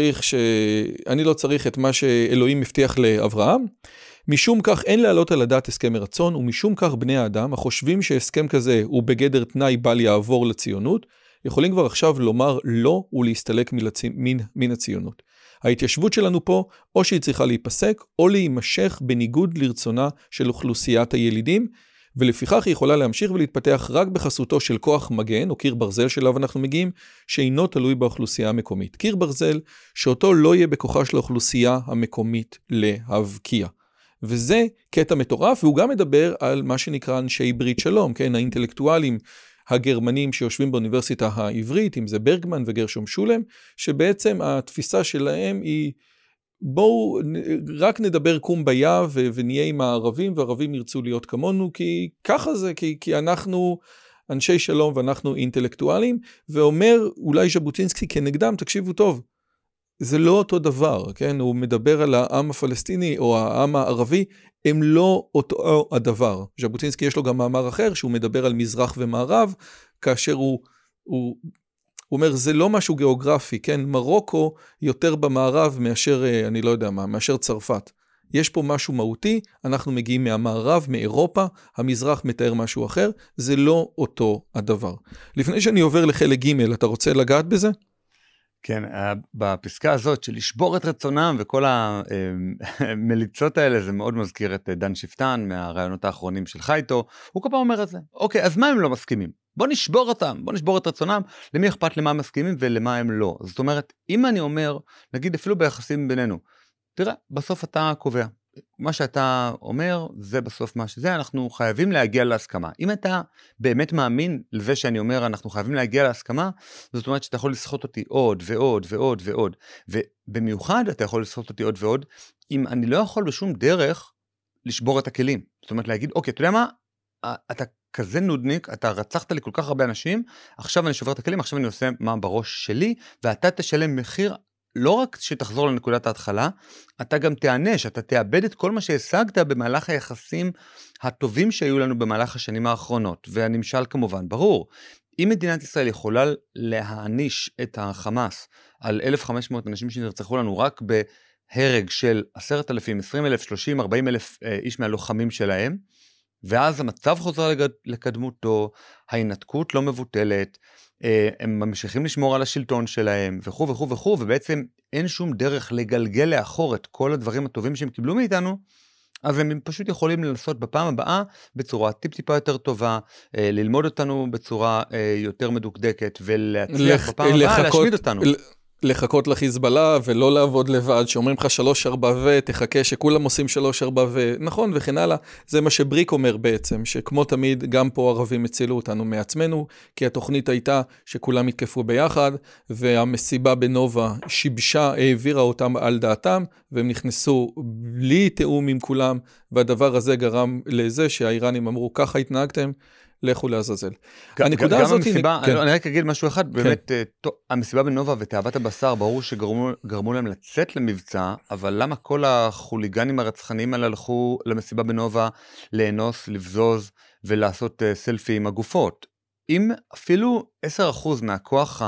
Speaker 1: לא צריך את מה שאלוהים מבטיח לאברהם, משום כך אין להעלות על הדעת הסכם מרצון, ומשום כך בני האדם, החושבים שהסכם כזה הוא בגדר תנאי בל יעבור לציונות, יכולים כבר עכשיו לומר לא ולהסתלק מן הציונות. ההתיישבות שלנו פה, או שהיא צריכה להיפסק, או להימשך בניגוד לרצונה של אוכלוסיית הילידים, ולפיכך היא יכולה להמשיך ולהתפתח רק בחסותו של כוח מגן, או קיר ברזל שלו אנחנו מגיעים, שאינו תלוי באוכלוסייה המקומית. קיר ברזל שאותו לא יהיה בכוחה של האוכלוסייה המקומית להבקיע. וזה קטע מטורף, והוא גם מדבר על מה שנקרא אנשי ברית שלום, כן, האינטלקטואלים הגרמנים שיושבים באוניברסיטה העברית, אם זה ברגמן וגרשום שולם, שבעצם התפיסה שלהם היא, בואו רק נדבר קומביה ונהיה עם הערבים, והערבים ירצו להיות כמונו, כי ככה זה, כי אנחנו אנשי שלום ואנחנו אינטלקטואלים, ואומר אולי ז'בוטינסקי כנגדם, תקשיבו טוב, זה לא אותו דבר, כן? הוא מדבר על העם הפלסטיני או העם הערבי, הם לא אותו הדבר. ז'בוטינסקי יש לו גם מאמר אחר, שהוא מדבר על מזרח ומערב, כאשר הוא אומר, זה לא משהו גיאוגרפי, כן? מרוקו יותר במערב מאשר, אני לא יודע מה, מאשר צרפת. יש פה משהו מהותי, אנחנו מגיעים מהמערב, מאירופה, המזרח מתאר משהו אחר, זה לא אותו הדבר. לפני שאני עובר לחלק ג', אתה רוצה לגעת בזה?
Speaker 2: כן, בפסקה הזאת של לשבור את רצונם וכל המליצות האלה, זה מאוד מזכיר את דן שפטן מהרעיונות האחרונים של חייטו, הוא כל פעם אומר את זה, אוקיי, אז מה הם לא מסכימים? בוא נשבור אותם, בוא נשבור את רצונם, למי אכפת למה הם מסכימים ולמה הם לא. זאת אומרת, אם אני אומר, נגיד אפילו ביחסים בינינו, תראה, בסוף אתה קובע, מה שאתה אומר, זה בסוף מה שזה, אנחנו חייבים להגיע להסכמה. אם אתה באמת מאמין לזה שאני אומר, אנחנו חייבים להגיע להסכמה, זאת אומרת שאתה יכול לסחוט אותי עוד ועוד ועוד ועוד, ובמיוחד אתה יכול לסחוט אותי עוד ועוד, אם אני לא יכול בשום דרך לשבור את הכלים. זאת אומרת להגיד, אוקיי, אתה יודע מה? אתה כזה נודניק, אתה רצחת לי כל כך הרבה אנשים, עכשיו אני שובר את הכלים, עכשיו אני עושה מה בראש שלי, ואתה תשלם מחיר, לא רק שתחזור לנקודת ההתחלה, אתה גם תענש, אתה תאבד את כל מה שהשגת במהלך היחסים הטובים שהיו לנו במהלך השנים האחרונות, והנמשל כמובן ברור, אם מדינת ישראל יכולה להעניש את החמאס על 1,500 אנשים שנרצחו לנו רק בהרג של 10,000, 20,000, 30, 40,000 איש מהלוחמים שלהם, ואז המצב חוזר לקדמותו, ההינתקות לא מבוטלת, הם ממשיכים לשמור על השלטון שלהם, וכו' וכו' וכו', ובעצם אין שום דרך לגלגל לאחור את כל הדברים הטובים שהם קיבלו מאיתנו, אז הם פשוט יכולים לנסות בפעם הבאה בצורה טיפ-טיפה יותר טובה, ללמוד אותנו בצורה יותר מדוקדקת, ולהצליח בפעם הבאה להשמיד אותנו.
Speaker 1: לחכות לחיזבאללה ולא לעבוד לבד, שאומרים לך 3-4 ותחכה שכולם עושים 3-4 נכון וכן הלאה. זה מה שבריק אומר בעצם, שכמו תמיד גם פה ערבים הצילו אותנו מעצמנו, כי התוכנית הייתה שכולם יתקפו ביחד, והמסיבה בנובה שיבשה, העבירה אותם על דעתם, והם נכנסו בלי תאום עם כולם, והדבר הזה גרם לזה שהאיראנים אמרו, ככה התנהגתם, לכו לעזאזל.
Speaker 2: הנקודה הזאת המסיבה, אני רק אגיד משהו אחד, באמת המסיבה בנובה ותאוות הבשר, ברור שגרמו להם לצאת למבצע, אבל למה כל החוליגנים הרצחניים האלה הלכו למסיבה בנובה לאנוס, לבזוז ולעשות סלפי עם הגופות? אם אפילו 10% מהכוח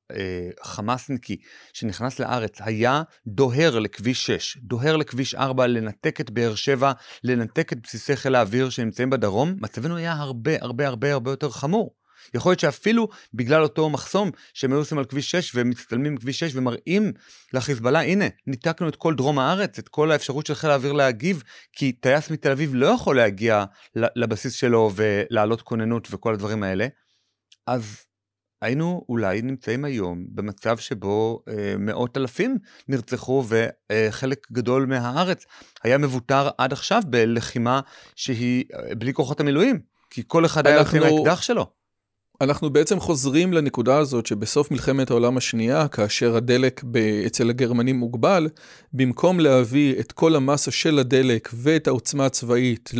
Speaker 2: החמאסניקי שנכנס לארץ היה דוהר לכביש 6, דוהר לכביש 4, לנתק את באר שבע, לנתק את בסיסי חיל האוויר שנמצאים בדרום, מצבנו היה הרבה הרבה הרבה הרבה יותר חמור. יכול להיות שאפילו בגלל אותו מחסום שהם היו עושים על כביש 6 ומצטלמים כביש 6 ומראים לחיזבאללה, הנה, ניתקנו את כל דרום הארץ, את כל האפשרות של חיל האוויר להגיב, כי טייס מתל אביב לא יכול להגיע לבסיס שלו ולעלות כוננות וכל הדברים האלה. אז היינו אולי נמצאים היום במצב שבו מאות אלפים נרצחו וחלק גדול מהארץ היה מבוטר עד עכשיו בלחימה שהיא בלי כוחות המילואים, כי כל אחד היה יוצא מהאקדח שלו.
Speaker 1: אנחנו בעצם חוזרים לנקודה הזאת שבסוף מלחמת העולם השנייה, כאשר הדלק אצל הגרמנים מוגבל, במקום להביא את כל המסה של הדלק ואת העוצמה הצבאית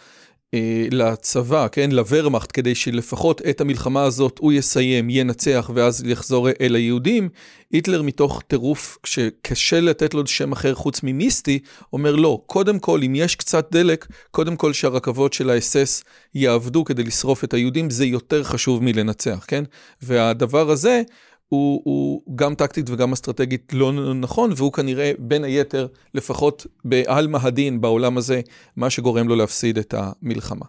Speaker 1: לצבא, כן, לוורמאכט, כדי שלפחות את המלחמה הזאת הוא יסיים, ינצח ואז יחזור אל היהודים, היטלר מתוך טירוף שקשה לתת לו שם אחר חוץ ממיסטי, אומר לא, קודם כל אם יש קצת דלק, קודם כל שהרכבות של האס-אס יעבדו כדי לשרוף את היהודים, זה יותר חשוב מלנצח, כן? והדבר הזה הוא גם טקטית וגם אסטרטגית לא נכון, והוא כנראה בין היתר, לפחות בעלמא הדין בעולם הזה, מה שגורם לו להפסיד את המלחמה.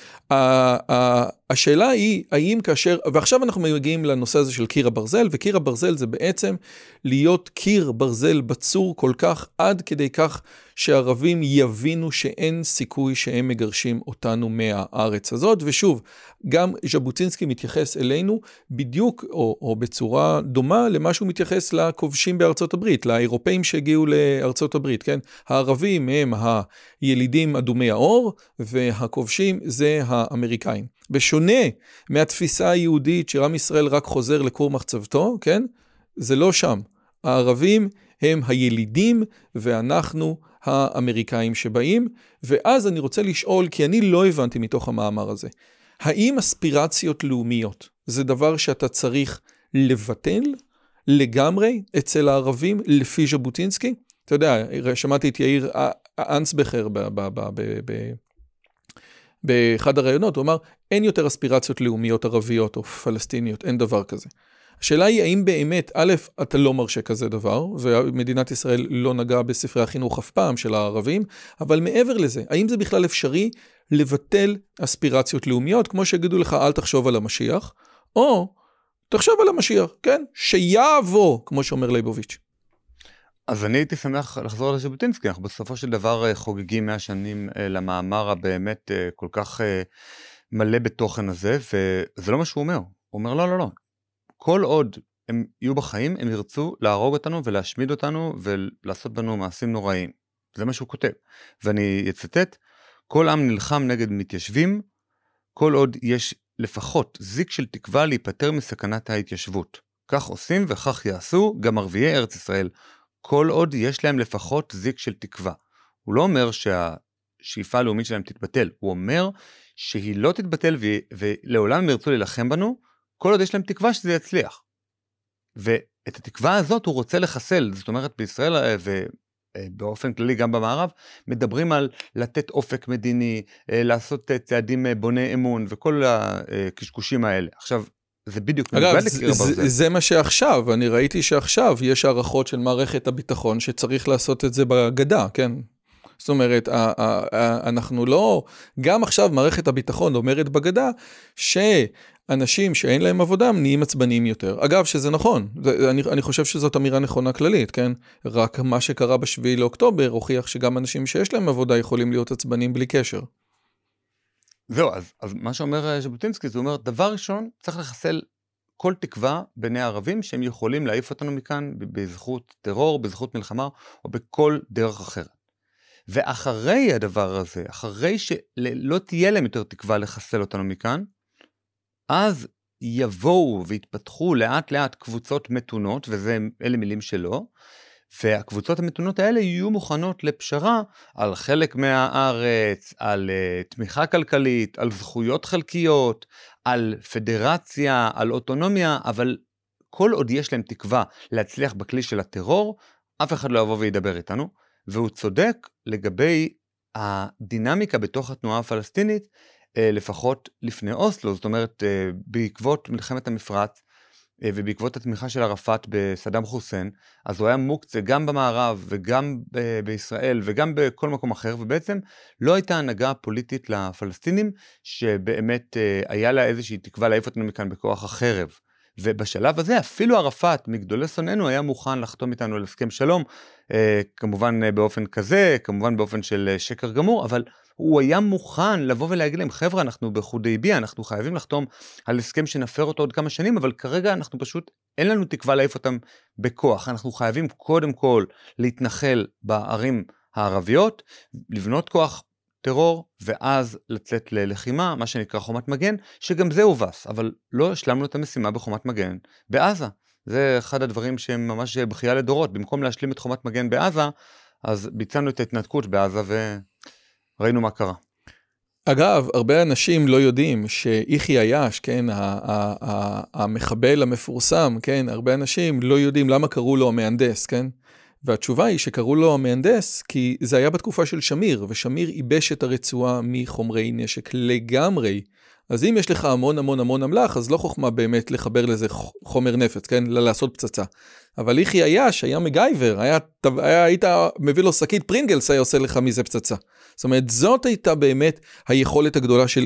Speaker 1: השאלה היא, האם כאשר, ועכשיו אנחנו מגיעים לנושא הזה של קיר הברזל, וקיר הברזל זה בעצם להיות קיר ברזל בצור כל כך, עד כדי כך שהערבים יבינו שאין סיכוי שהם מגרשים אותנו מהארץ הזאת, ושוב, גם ז'בוטינסקי מתייחס אלינו בדיוק, או בצורה דומה למה שהוא מתייחס לכובשים בארצות הברית, לאירופאים שהגיעו לארצות הברית, כן? הערבים הם הילידים אדומי האור, והכובשים זה האמריקאים. בשונה מהתפיסה היהודית שרם ישראל רק חוזר לכור מחצבתו, כן? זה לא שם. הערבים הם הילידים ואנחנו האמריקאים שבאים, ואז אני רוצה לשאול, כי אני לא הבנתי מתוך המאמר הזה, האם אספירציות לאומיות זה דבר שאתה צריך לבטל לגמרי אצל הערבים לפי ז'בוטינסקי? אתה יודע, שמעתי את יאיר אנסבכר באחד הרעיונות, הוא אמר, אין יותר אספירציות לאומיות ערביות או פלסטיניות, אין דבר כזה. השאלה היא, האם באמת, א', אתה לא מרשה כזה דבר, ומדינת ישראל לא נגעה בספרי החינוך אף פעם של הערבים, אבל מעבר לזה, האם זה בכלל אפשרי לבטל אספירציות לאומיות, כמו שיגידו לך, אל תחשוב על המשיח, או תחשוב על המשיח, כן? שיבוא, כמו שאומר ליבוביץ'.
Speaker 2: אז אני הייתי שמח לחזור לז'בוטינסקי, אנחנו בסופו של דבר חוגגים 100 שנים למאמר הבאמת כל כך מלא בתוכן הזה, וזה לא מה שהוא אומר. הוא אומר, לא, לא, לא. כל עוד הם יהיו בחיים, הם ירצו להרוג אותנו ולהשמיד אותנו ולעשות בנו מעשים נוראים. זה מה שהוא כותב. ואני אצטט, כל עם נלחם נגד מתיישבים, כל עוד יש לפחות זיק של תקווה להיפטר מסכנת ההתיישבות. כך עושים וכך יעשו גם ערביי ארץ ישראל. כל עוד יש להם לפחות זיק של תקווה. הוא לא אומר שהשאיפה הלאומית שלהם תתבטל, הוא אומר שהיא לא תתבטל ולעולם הם ירצו להילחם בנו, כל עוד יש להם תקווה שזה יצליח. ואת התקווה הזאת הוא רוצה לחסל, זאת אומרת בישראל ובאופן כללי גם במערב, מדברים על לתת אופק מדיני, לעשות צעדים בוני אמון וכל הקשקושים האלה. עכשיו, זה בדיוק
Speaker 1: אגב,
Speaker 2: מנוגד לקיר הברזל.
Speaker 1: זה מה שעכשיו, אני ראיתי שעכשיו יש הערכות של מערכת הביטחון שצריך לעשות את זה בגדה, כן? זאת אומרת, אנחנו לא, גם עכשיו מערכת הביטחון אומרת בגדה, שאנשים שאין להם עבודה נהיים עצבניים יותר. אגב, שזה נכון, אני חושב שזאת אמירה נכונה כללית, כן? רק מה שקרה ב7 לאוקטובר הוכיח שגם אנשים שיש להם עבודה יכולים להיות עצבניים בלי קשר.
Speaker 2: זהו, אז מה שאומר ז'בוטינסקי, זה אומר, דבר ראשון, צריך לחסל כל תקווה ביני הערבים, שהם יכולים להעיף אותנו מכאן, בזכות טרור, בזכות מלחמה, או בכל דרך אחרת. ואחרי הדבר הזה, אחרי שלא תהיה להם יותר תקווה לחסל אותנו מכאן, אז יבואו והתפתחו לאט לאט קבוצות מתונות, ואלה מילים שלו, והקבוצות המתונות האלה יהיו מוכנות לפשרה על חלק מהארץ, על תמיכה כלכלית, על זכויות חלקיות, על פדרציה, על אוטונומיה, אבל כל עוד יש להם תקווה להצליח בכלי של הטרור, אף אחד לא יבוא וידבר איתנו, והוא צודק לגבי הדינמיקה בתוך התנועה הפלסטינית, לפחות לפני אוסלו, זאת אומרת, בעקבות מלחמת המפרץ, ובעקבות התמיכה של ערפאת בסדאם חוסיין, אז הוא היה מוקצה גם במערב וגם בישראל וגם בכל מקום אחר, ובעצם לא הייתה הנהגה פוליטית לפלסטינים, שבאמת היה לה איזושהי תקווה להעיף אותנו מכאן בכוח החרב. ובשלב הזה אפילו ערפאת מגדולי שונאינו היה מוכן לחתום איתנו על הסכם שלום, כמובן באופן כזה, כמובן באופן של שקר גמור, אבל הוא היה מוכן לבוא ולהגיד להם, חבר'ה, אנחנו בחודייביה, אנחנו חייבים לחתום על הסכם שנפר אותו עוד כמה שנים, אבל כרגע אנחנו פשוט, אין לנו תקווה להעיף אותם בכוח, אנחנו חייבים קודם כל להתנחל בערים הערביות, לבנות כוח טרור, ואז לצאת ללחימה, מה שנקרא חומת מגן, שגם זה הובס, אבל לא השלמנו את המשימה בחומת מגן בעזה. זה אחד הדברים שהם ממש בכייה לדורות, במקום להשלים את חומת מגן בעזה, אז ביצענו את ההתנתקות בעזה וראינו מה קרה.
Speaker 1: אגב, הרבה אנשים לא יודעים שיחי עיאש, כן, המחבל המפורסם, כן, הרבה אנשים לא יודעים למה קראו לו המהנדס, כן? והתשובה היא שקראו לו המהנדס, כי זה היה בתקופה של שמיר, ושמיר ייבש את הרצועה מחומרי נשק לגמרי. אז אם יש לך המון המון המון אמל"ח, אז לא חוכמה באמת לחבר לזה חומר נפץ, כן? לעשות פצצה. אבל יחי עיאש היה מגייבר, היית מביא לו שקית פרינגלס, היה עושה לך מזה פצצה. זאת אומרת, זאת הייתה באמת היכולת הגדולה של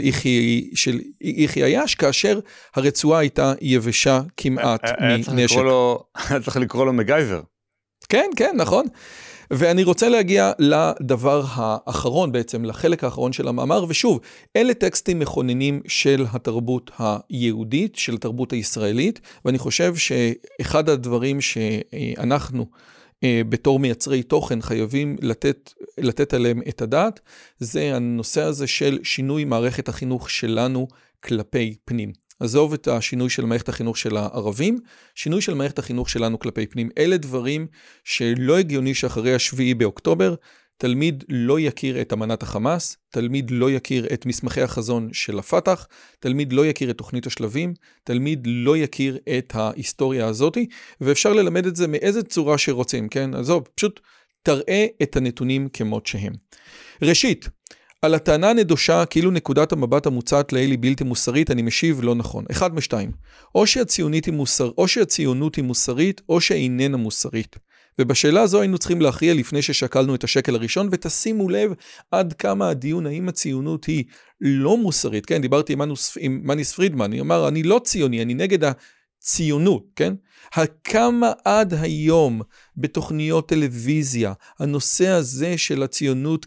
Speaker 1: יחי עיאש, כאשר הרצועה הייתה יבשה כמעט מנשק.
Speaker 2: היה צריך לקרוא לו מגייבר.
Speaker 1: כן, כן, נכון. ואני רוצה להגיע לדבר האחרון בעצם, לחלק האחרון של המאמר, ושוב, אלה טקסטים מכוננים של התרבות היהודית, של התרבות הישראלית, ואני חושב שאחד הדברים שאנחנו בתור מייצרי תוכן חייבים לתת עליהם את הדעת, זה הנושא הזה של שינוי מערכת החינוך שלנו כלפי פנים. עזוב את השינוי של מערכת החינוך של הערבים, שינוי של מערכת החינוך שלנו כלפי פנים. אלה דברים שלא הגיוני שאחרי 7 באוקטובר, תלמיד לא יכיר את אמנת החמאס, תלמיד לא יכיר את מסמכי החזון של הפתח, תלמיד לא יכיר את תוכנית השלבים, תלמיד לא יכיר את ההיסטוריה הזאת, ואפשר ללמד את זה מאיזה צורה שרוצים, כן? עזוב, פשוט תראה את הנתונים כמות שהם. ראשית, על הטענה הנדושה, כאילו נקודת המבט המוצעת לאלי בלתי מוסרית, אני משיב לא נכון. 1 מ-2. או שהציונות היא מוסרית, או שאיננה מוסרית. ובשאלה הזו היינו צריכים להכריע לפני ששקלנו את השקל הראשון, ותשימו לב עד כמה הדיון, האם הציונות היא לא מוסרית. כן, דיברתי עם מניס פרידמן, היא אמר, אני לא ציוני, אני נגד הציונות, כן? כמה עד היום בתוכניות טלוויזיה, הנושא הזה של הציונות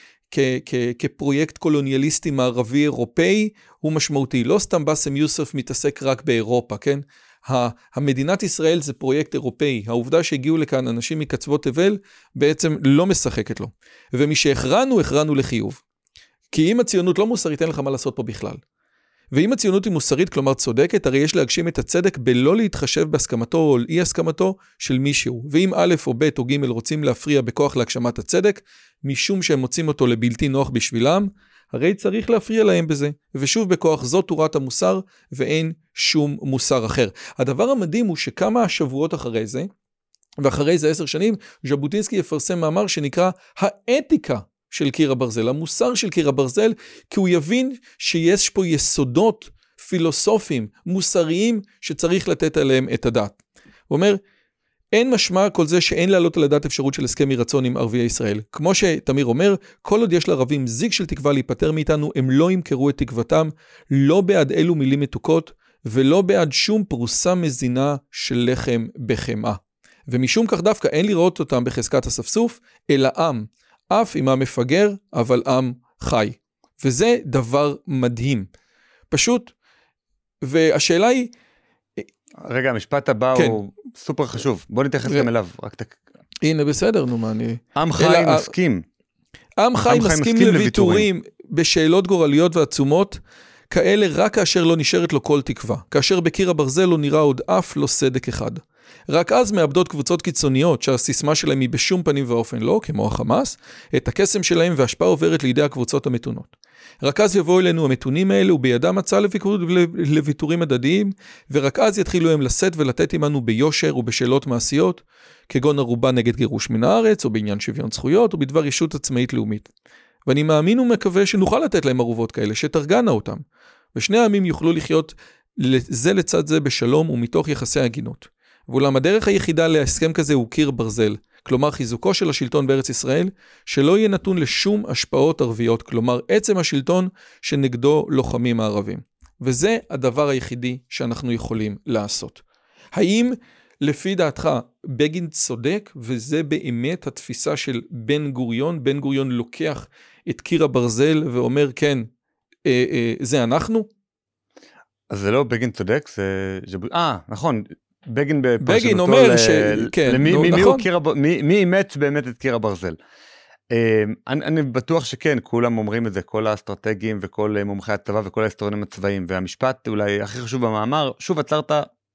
Speaker 1: כפרויקט קולוניאליסטי מערבי אירופאי הוא משמעותי. לא סתם בסם יוסף מתעסק רק באירופה, כן? המדינת ישראל זה פרויקט אירופאי. העובדה שהגיעו לכאן אנשים מקצוות תבל בעצם לא משחקת לו. ומשהכרענו, הכרענו לחיוב. כי אם הציונות לא מוסרית, אין לך מה לעשות פה בכלל. ואם הציונות היא מוסרית, כלומר צודקת, הרי יש להגשים את הצדק בלא להתחשב בהסכמתו או אי הסכמתו של מישהו. ואם א' או ב' או ג' רוצים להפריע בכוח להגשמת הצדק, משום שהם מוצאים אותו לבלתי נוח בשבילם, הרי צריך להפריע להם בזה. ושוב בכוח זאת תורת המוסר, ואין שום מוסר אחר. הדבר המדהים הוא שכמה שבועות אחרי זה, ואחרי זה 10 שנים, ז'בוטינסקי יפרסם מאמר שנקרא האתיקה של קיר הברזל, המוסר של קיר הברזל, כי הוא יבין שיש פה יסודות פילוסופיים, מוסריים, שצריך לתת עליהם את הדעת. הוא אומר, אין משמע כל זה שאין לעלות על הדעת אפשרות של הסכם מרצון עם ערביי ישראל. כמו שתמיר אומר, כל עוד יש לערבים זיג של תקווה להיפטר מאיתנו, הם לא ימכרו את תקוותם, לא בעד אלו מילים מתוקות, ולא בעד שום פרוסה מזינה של לחם בחמאה. ומשום כך דווקא אין לראות אותם בחזקת הספסוף, אלא עם, אף אם המפגר, אבל עם חי. וזה דבר מדהים. פשוט, והשאלה היא,
Speaker 2: רגע, המשפט הבא
Speaker 1: כן.
Speaker 2: הוא סופר חשוב, בוא נתייחס גם אליו.
Speaker 1: הנה בסדר, נו מה אני...
Speaker 2: עם חי מסכים.
Speaker 1: עם חי מסכים לוויתורים בשאלות גורליות ועצומות, כאלה רק כאשר לא נשארת לו כל תקווה, כאשר בקיר הברזל לא נראה עוד אף לא סדק אחד. רק אז מאבדות קבוצות קיצוניות שהסיסמה שלהם היא בשום פנים ואופן לא, כמו החמאס, את הקסם שלהם והשפעה עוברת לידי הקבוצות המתונות. רק אז יבואו אלינו המתונים האלה ובידם הצעה לוויתורים הדדיים, ורק אז יתחילו הם לשאת ולתת עמנו ביושר ובשאלות מעשיות, כגון ערובה נגד גירוש מן הארץ, או בעניין שוויון זכויות, או בדבר ישות עצמאית לאומית. ואני מאמין ומקווה שנוכל לתת להם ערובות כאלה, שתרגענה אותם, ושני העמים יוכלו לחיות זה לצד זה בשלום ומתוך יחסי הגינות. ואולם הדרך היחידה להסכם כזה הוא קיר ברזל, כלומר חיזוקו של השלטון בארץ ישראל, שלא יהיה נתון לשום השפעות ערביות, כלומר עצם השלטון שנגדו לוחמים הערבים. וזה הדבר היחידי שאנחנו יכולים לעשות. האם לפי דעתך בגין צודק, וזה באמת התפיסה של בן גוריון? בן גוריון לוקח את קיר הברזל ואומר כן, זה אנחנו?
Speaker 2: אז זה לא בגין צודק, זה... נכון. בגין
Speaker 1: אומר
Speaker 2: מי אימץ באמת את קיר הברזל. אני בטוח שכן, כולם אומרים את זה, כל האסטרטגיים וכל מומחי הצבא וכל ההיסטוריונים הצבאיים, והמשפט אולי הכי חשוב במאמר, שוב עצרת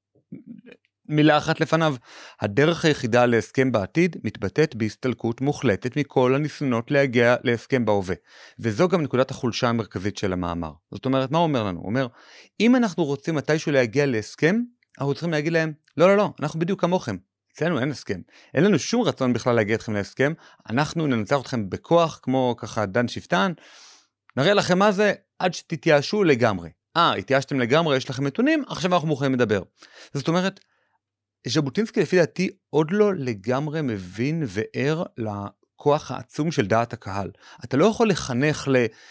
Speaker 2: מילה אחת לפניו, הדרך היחידה להסכם בעתיד מתבטאת בהסתלקות מוחלטת מכל הניסיונות להגיע להסכם בהווה. וזו גם נקודת החולשה המרכזית של המאמר. זאת אומרת, מה הוא אומר לנו? הוא אומר, אם אנחנו רוצים מתישהו להגיע להסכם, אנחנו צריכים להגיד להם, לא, אנחנו בדיוק כמוכם. אצלנו אין הסכם. אין לנו שום רצון בכלל להגיע אתכם להסכם, אנחנו ננצח אתכם בכוח, כמו ככה דן שפטן, נראה לכם מה זה, עד שתתייאשו לגמרי. התייאשתם לגמרי, יש לכם נתונים, עכשיו אנחנו מוכנים לדבר. זאת אומרת, ז'בוטינסקי לפי דעתי עוד לא לגמרי מבין וער לכוח העצום של דעת הקהל. אתה לא יכול לחנך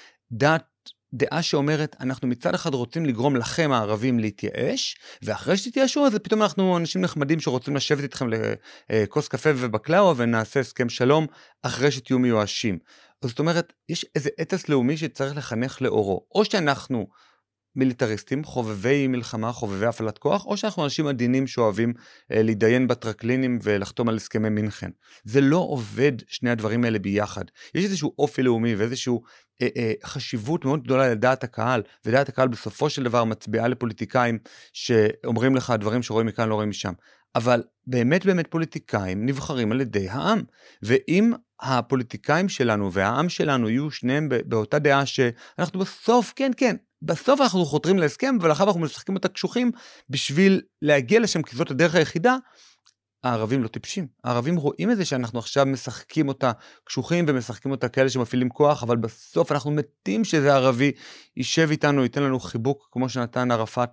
Speaker 2: דעה שאומרת, אנחנו מצד אחד רוצים לגרום לכם הערבים להתייאש, ואחרי שתתייאשו, אז פתאום אנחנו אנשים נחמדים שרוצים לשבת איתכם לכוס קפה ובקלאו, ונעשה הסכם שלום אחרי שתהיו מיואשים. זאת אומרת, יש איזה אתוס לאומי שצריך לחנך לאורו. או שאנחנו מיליטריסטים, חובבי מלחמה, חובבי הפעלת כוח, או שאנחנו אנשים עדינים שאוהבים להידיין בטרקלינים ולחתום על הסכמי מינכן. זה לא עובד שני הדברים האלה ביחד. יש איזשהו אופי לאומי ואיזשהו חשיבות מאוד גדולה לדעת הקהל, ודעת הקהל בסופו של דבר מצביעה לפוליטיקאים שאומרים לך דברים שרואים מכאן לא רואים משם. אבל באמת פוליטיקאים נבחרים על ידי העם, ואם הפוליטיקאים שלנו והעם שלנו יהיו שניהם באותה דעה שאנחנו בסוף, כן, בסוף אנחנו חותרים להסכם, ולאחר אנחנו משחקים אותה קשוחים, בשביל להגיע לשם, כי זאת הדרך היחידה, הערבים לא טיפשים. הערבים רואים את זה שאנחנו עכשיו משחקים אותה קשוחים, ומשחקים אותה כאלה שמפעילים כוח, אבל בסוף אנחנו מתים שזה ערבי, יישב איתנו, ייתן לנו חיבוק, כמו שנתן ערפאת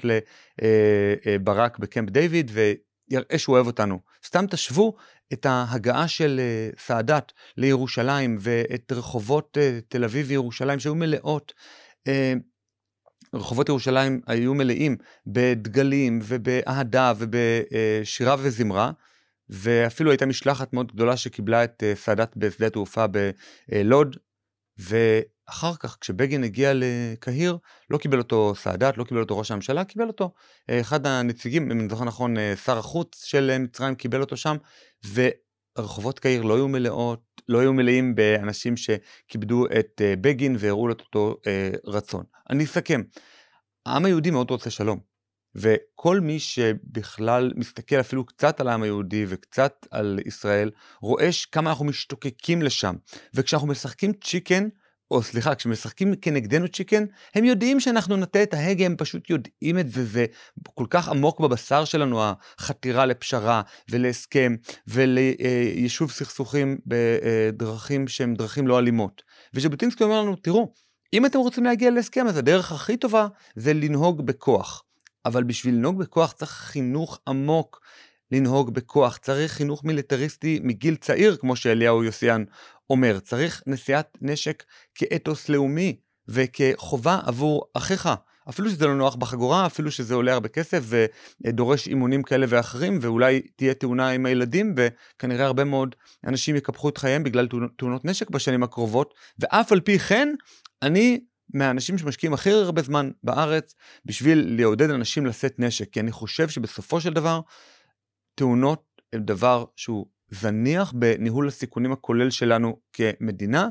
Speaker 2: לברק בקמפ דיוויד, ויראה שהוא אוהב אותנו. סתם תשבו את ההגעה של סעדת לירושלים, ואת רחובות תל אביב וירושלים, שהיו מלאות, רחובות ירושלים היו מלאים בדגלים ובאהדה ובשירה וזמרה, ואפילו הייתה משלחת מאוד גדולה שקיבלה את סעדת בשדה התעופה בלוד, ואחר כך כשבגין הגיע לקהיר, לא קיבל אותו סעדת, לא קיבל אותו ראש הממשלה, קיבל אותו אחד הנציגים, אם אני זוכר נכון, שר החוץ של מצרים קיבל אותו שם, ורחובות קהיר לא היו מלאים באנשים שכיבדו את בגין והראו לו אותו רצון. אני אסכם, העם היהודי מאוד רוצה שלום, וכל מי שבכלל מסתכל אפילו קצת על העם היהודי וקצת על ישראל, רואה כמה אנחנו משתוקקים לשם, וכשאנחנו משחקים צ'יקן, כשמשחקים כנגדנו צ'יקן, הם יודעים שאנחנו נטה את ההגה, הם פשוט יודעים את זה, זה כל כך עמוק בבשר שלנו, החתירה לפשרה ולהסכם, וליישוב סכסוכים בדרכים שהן דרכים לא אלימות. וז'בוטינסקי אומר לנו, תראו, אם אתם רוצים להגיע להסכם, אז הדרך הכי טובה זה לנהוג בכוח. אבל בשביל לנהוג בכוח צריך חינוך עמוק לנהוג בכוח. צריך חינוך מיליטריסטי מגיל צעיר, כמו שאליהו יוסיאן אומר. צריך נשיאת נשק כאתוס לאומי וכחובה עבור אחיך. אפילו שזה לא נוח בחגורה, אפילו שזה עולה הרבה כסף ודורש אימונים כאלה ואחרים, ואולי תהיה תאונה עם הילדים, וכנראה הרבה מאוד אנשים יקפחו את חייהם בגלל תאונות נשק בשנים הקרובות, ואף על פי כן, אני מהאנשים שמשקיעים הכי הרבה זמן בארץ, בשביל לעודד אנשים לשאת נשק, כי אני חושב שבסופו של דבר, תאונות הם דבר שהוא זניח בניהול הסיכונים הכולל שלנו כמדינה,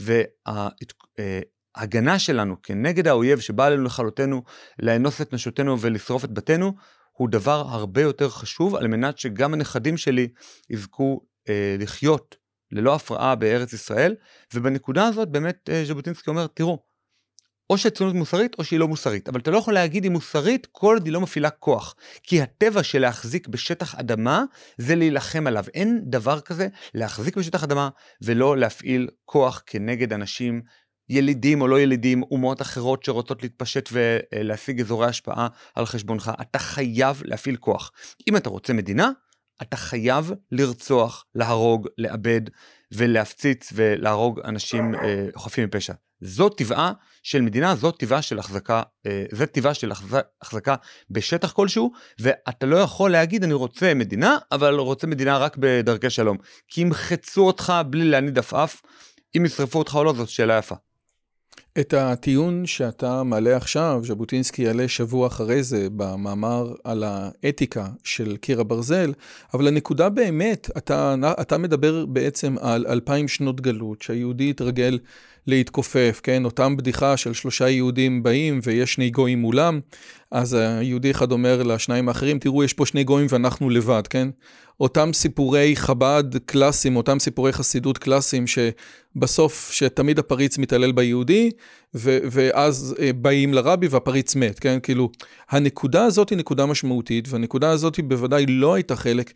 Speaker 2: ההגנה שלנו כנגד האויב שבא עלינו לכלותנו, לאנוס את נשותינו ולשרוף את בתינו, הוא דבר הרבה יותר חשוב, על מנת שגם הנכדים שלי יזכו לחיות ללא הפרעה בארץ ישראל, ובנקודה הזאת באמת ז'בוטינסקי אומר, תראו, או שהציונות מוסרית או שהיא לא מוסרית, אבל אתה לא יכול להגיד היא מוסרית כל עוד היא לא מפעילה כוח, כי הטבע של להחזיק בשטח אדמה זה להילחם עליו, אין דבר כזה להחזיק בשטח אדמה ולא להפעיל כוח כנגד אנשים ילידים או לא ילידים, אומות אחרות שרוצות להתפשט ולהשיג אזורי השפעה על חשבונך. אתה חייב להפעיל כוח. אם אתה רוצה מדינה, אתה חייב לרצוח, להרוג, לאבד ולהפציץ ולהרוג אנשים חפים מפשע. זו טבעה של מדינה, זו טבעה של החזקה, זה טבעה של החזקה בשטח כלשהו, ואתה לא יכול להגיד אני רוצה מדינה, אבל רוצה מדינה רק בדרכי שלום. כי אם חצו אותך בלי להניד עפעף, אם ישרפו אותך או לא, זאת שאלה יפה.
Speaker 1: את הטיעון שאתה מעלה עכשיו, ז'בוטינסקי יעלה שבוע אחרי זה במאמר על האתיקה של קיר הברזל, אבל הנקודה באמת, אתה מדבר בעצם על 2000 שנות גלות, שהיהודי התרגל להתכופף, כן? אותם בדיחה של 3 יהודים באים ויש 2 גויים מולם, אז היהודי אחד אומר לשניים האחרים, תראו יש פה 2 גויים ואנחנו לבד, כן? אותם סיפורי חב"ד קלאסיים, אותם סיפורי חסידות קלאסיים, שבסוף שתמיד הפריץ מתעלל ביהודי, ואז באים לרבי והפריץ מת, כן? כאילו, הנקודה הזאת היא נקודה משמעותית, והנקודה הזאת היא בוודאי לא הייתה חלק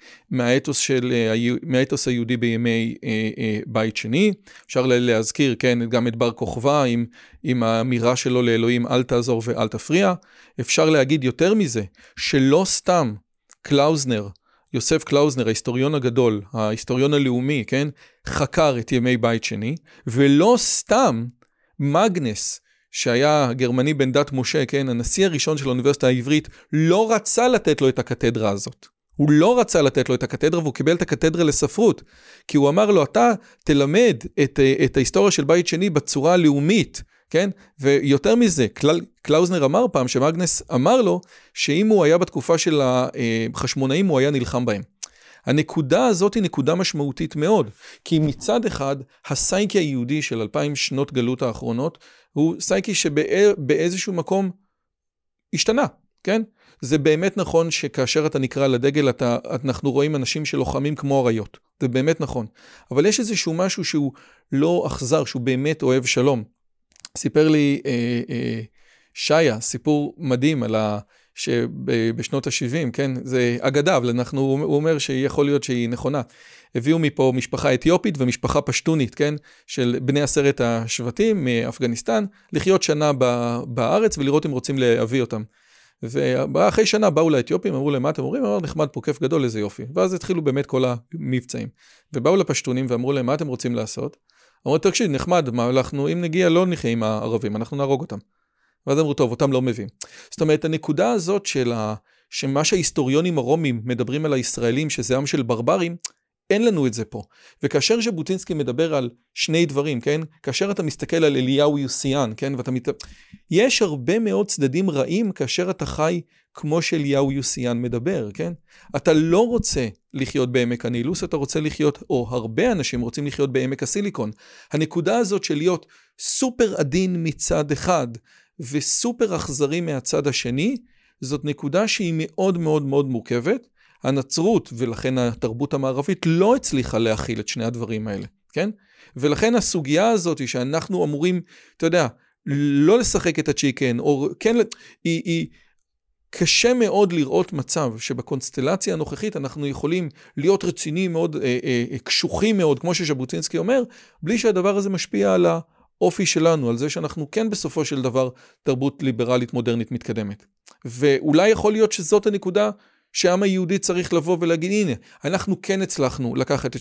Speaker 1: מהאתוס היהודי בימי בית שני. אפשר להזכיר, כן, גם את בר כוכבא, עם האמירה שלו לאלוהים, אל תעזור ואל תפריע. אפשר להגיד יותר מזה, שלא סתם קלאוזנר, יוסף קלאוזנר, ההיסטוריון הגדול, ההיסטוריון הלאומי, כן, חקר את ימי בית שני, ולא סתם מגנס, שהיה גרמני בן דת משה, כן, הנשיא הראשון של האוניברסיטה העברית, לא רצה לתת לו את הקתדרה הזאת. הוא לא רצה לתת לו את הקתדרה, והוא קיבל את הקתדרה לספרות, כי הוא אמר לו, אתה תלמד את ההיסטוריה של בית שני בצורה הלאומית, כן? ויותר מזה, קלאוזנר אמר פעם שמגנס אמר לו שאם הוא היה בתקופה של החשמונאים הוא היה נלחם בהם. הנקודה הזאת היא נקודה משמעותית מאוד, כי מצד אחד הסייקי היהודי של 2000 שנות גלות האחרונות הוא סייקי שבאיזשהו מקום השתנה, כן? זה באמת נכון שכאשר אתה נקרא לדגל אנחנו רואים אנשים שלוחמים כמו אריות, זה באמת נכון, אבל יש איזשהו משהו שהוא לא אכזר, שהוא באמת אוהב שלום. סיפר לי שיה, סיפור מדהים על שבשנות ה-70, כן, זה אגדה, אבל הוא אומר שיכול להיות שהיא נכונה. הביאו מפה משפחה אתיופית ומשפחה פשטונית, כן, של בני 10 השבטים מאפגניסטן, לחיות שנה בארץ ולראות אם רוצים להביא אותם. ואחרי שנה באו לאתיופים, אמרו להם, מה אתם אומרים? אמרו, נחמד פה, כיף גדול, איזה יופי. ואז התחילו באמת כל המבצעים. ובאו לפשטונים ואמרו להם, מה אתם רוצים לעשות? אמרו, תקשיב, נחמד, אם נגיע לא נחיה עם הערבים, אנחנו נהרוג אותם. ואז אמרו, טוב, אותם לא מביאים. זאת אומרת, הנקודה הזאת שמה שההיסטוריונים הרומים מדברים על הישראלים, שזה עם של ברברים, אין לנו את זה פה. וכאשר ז'בוטינסקי מדבר על 2 דברים, כן? כאשר אתה מסתכל על אליהו יוסיאן, כן? יש הרבה מאוד צדדים רעים כאשר אתה חי כמו שאליהו יוסיאן מדבר, כן? אתה לא רוצה לחיות בעמק הנילוס, אתה רוצה לחיות, או הרבה אנשים רוצים לחיות בעמק הסיליקון. הנקודה הזאת של להיות סופר עדין מצד אחד, וסופר אכזרי מהצד השני, זאת נקודה שהיא מאוד מאוד מאוד מורכבת. הנצרות ולכן התרבות המערבית לא הצליחה להכיל את 2 הדברים האלה, כן? ולכן הסוגיה הזאת היא שאנחנו אמורים, אתה יודע, לא לשחק את הצ'יקן, או כן, היא קשה מאוד לראות מצב שבקונסטלציה הנוכחית אנחנו יכולים להיות רציניים מאוד, קשוחים מאוד, כמו שז'בוטינסקי אומר, בלי שהדבר הזה משפיע על האופי שלנו, על זה שאנחנו כן בסופו של דבר תרבות ליברלית מודרנית מתקדמת. ואולי יכול להיות שזאת הנקודה שהעם היהודי צריך לבוא ולהגיד, הנה, אנחנו כן הצלחנו לקחת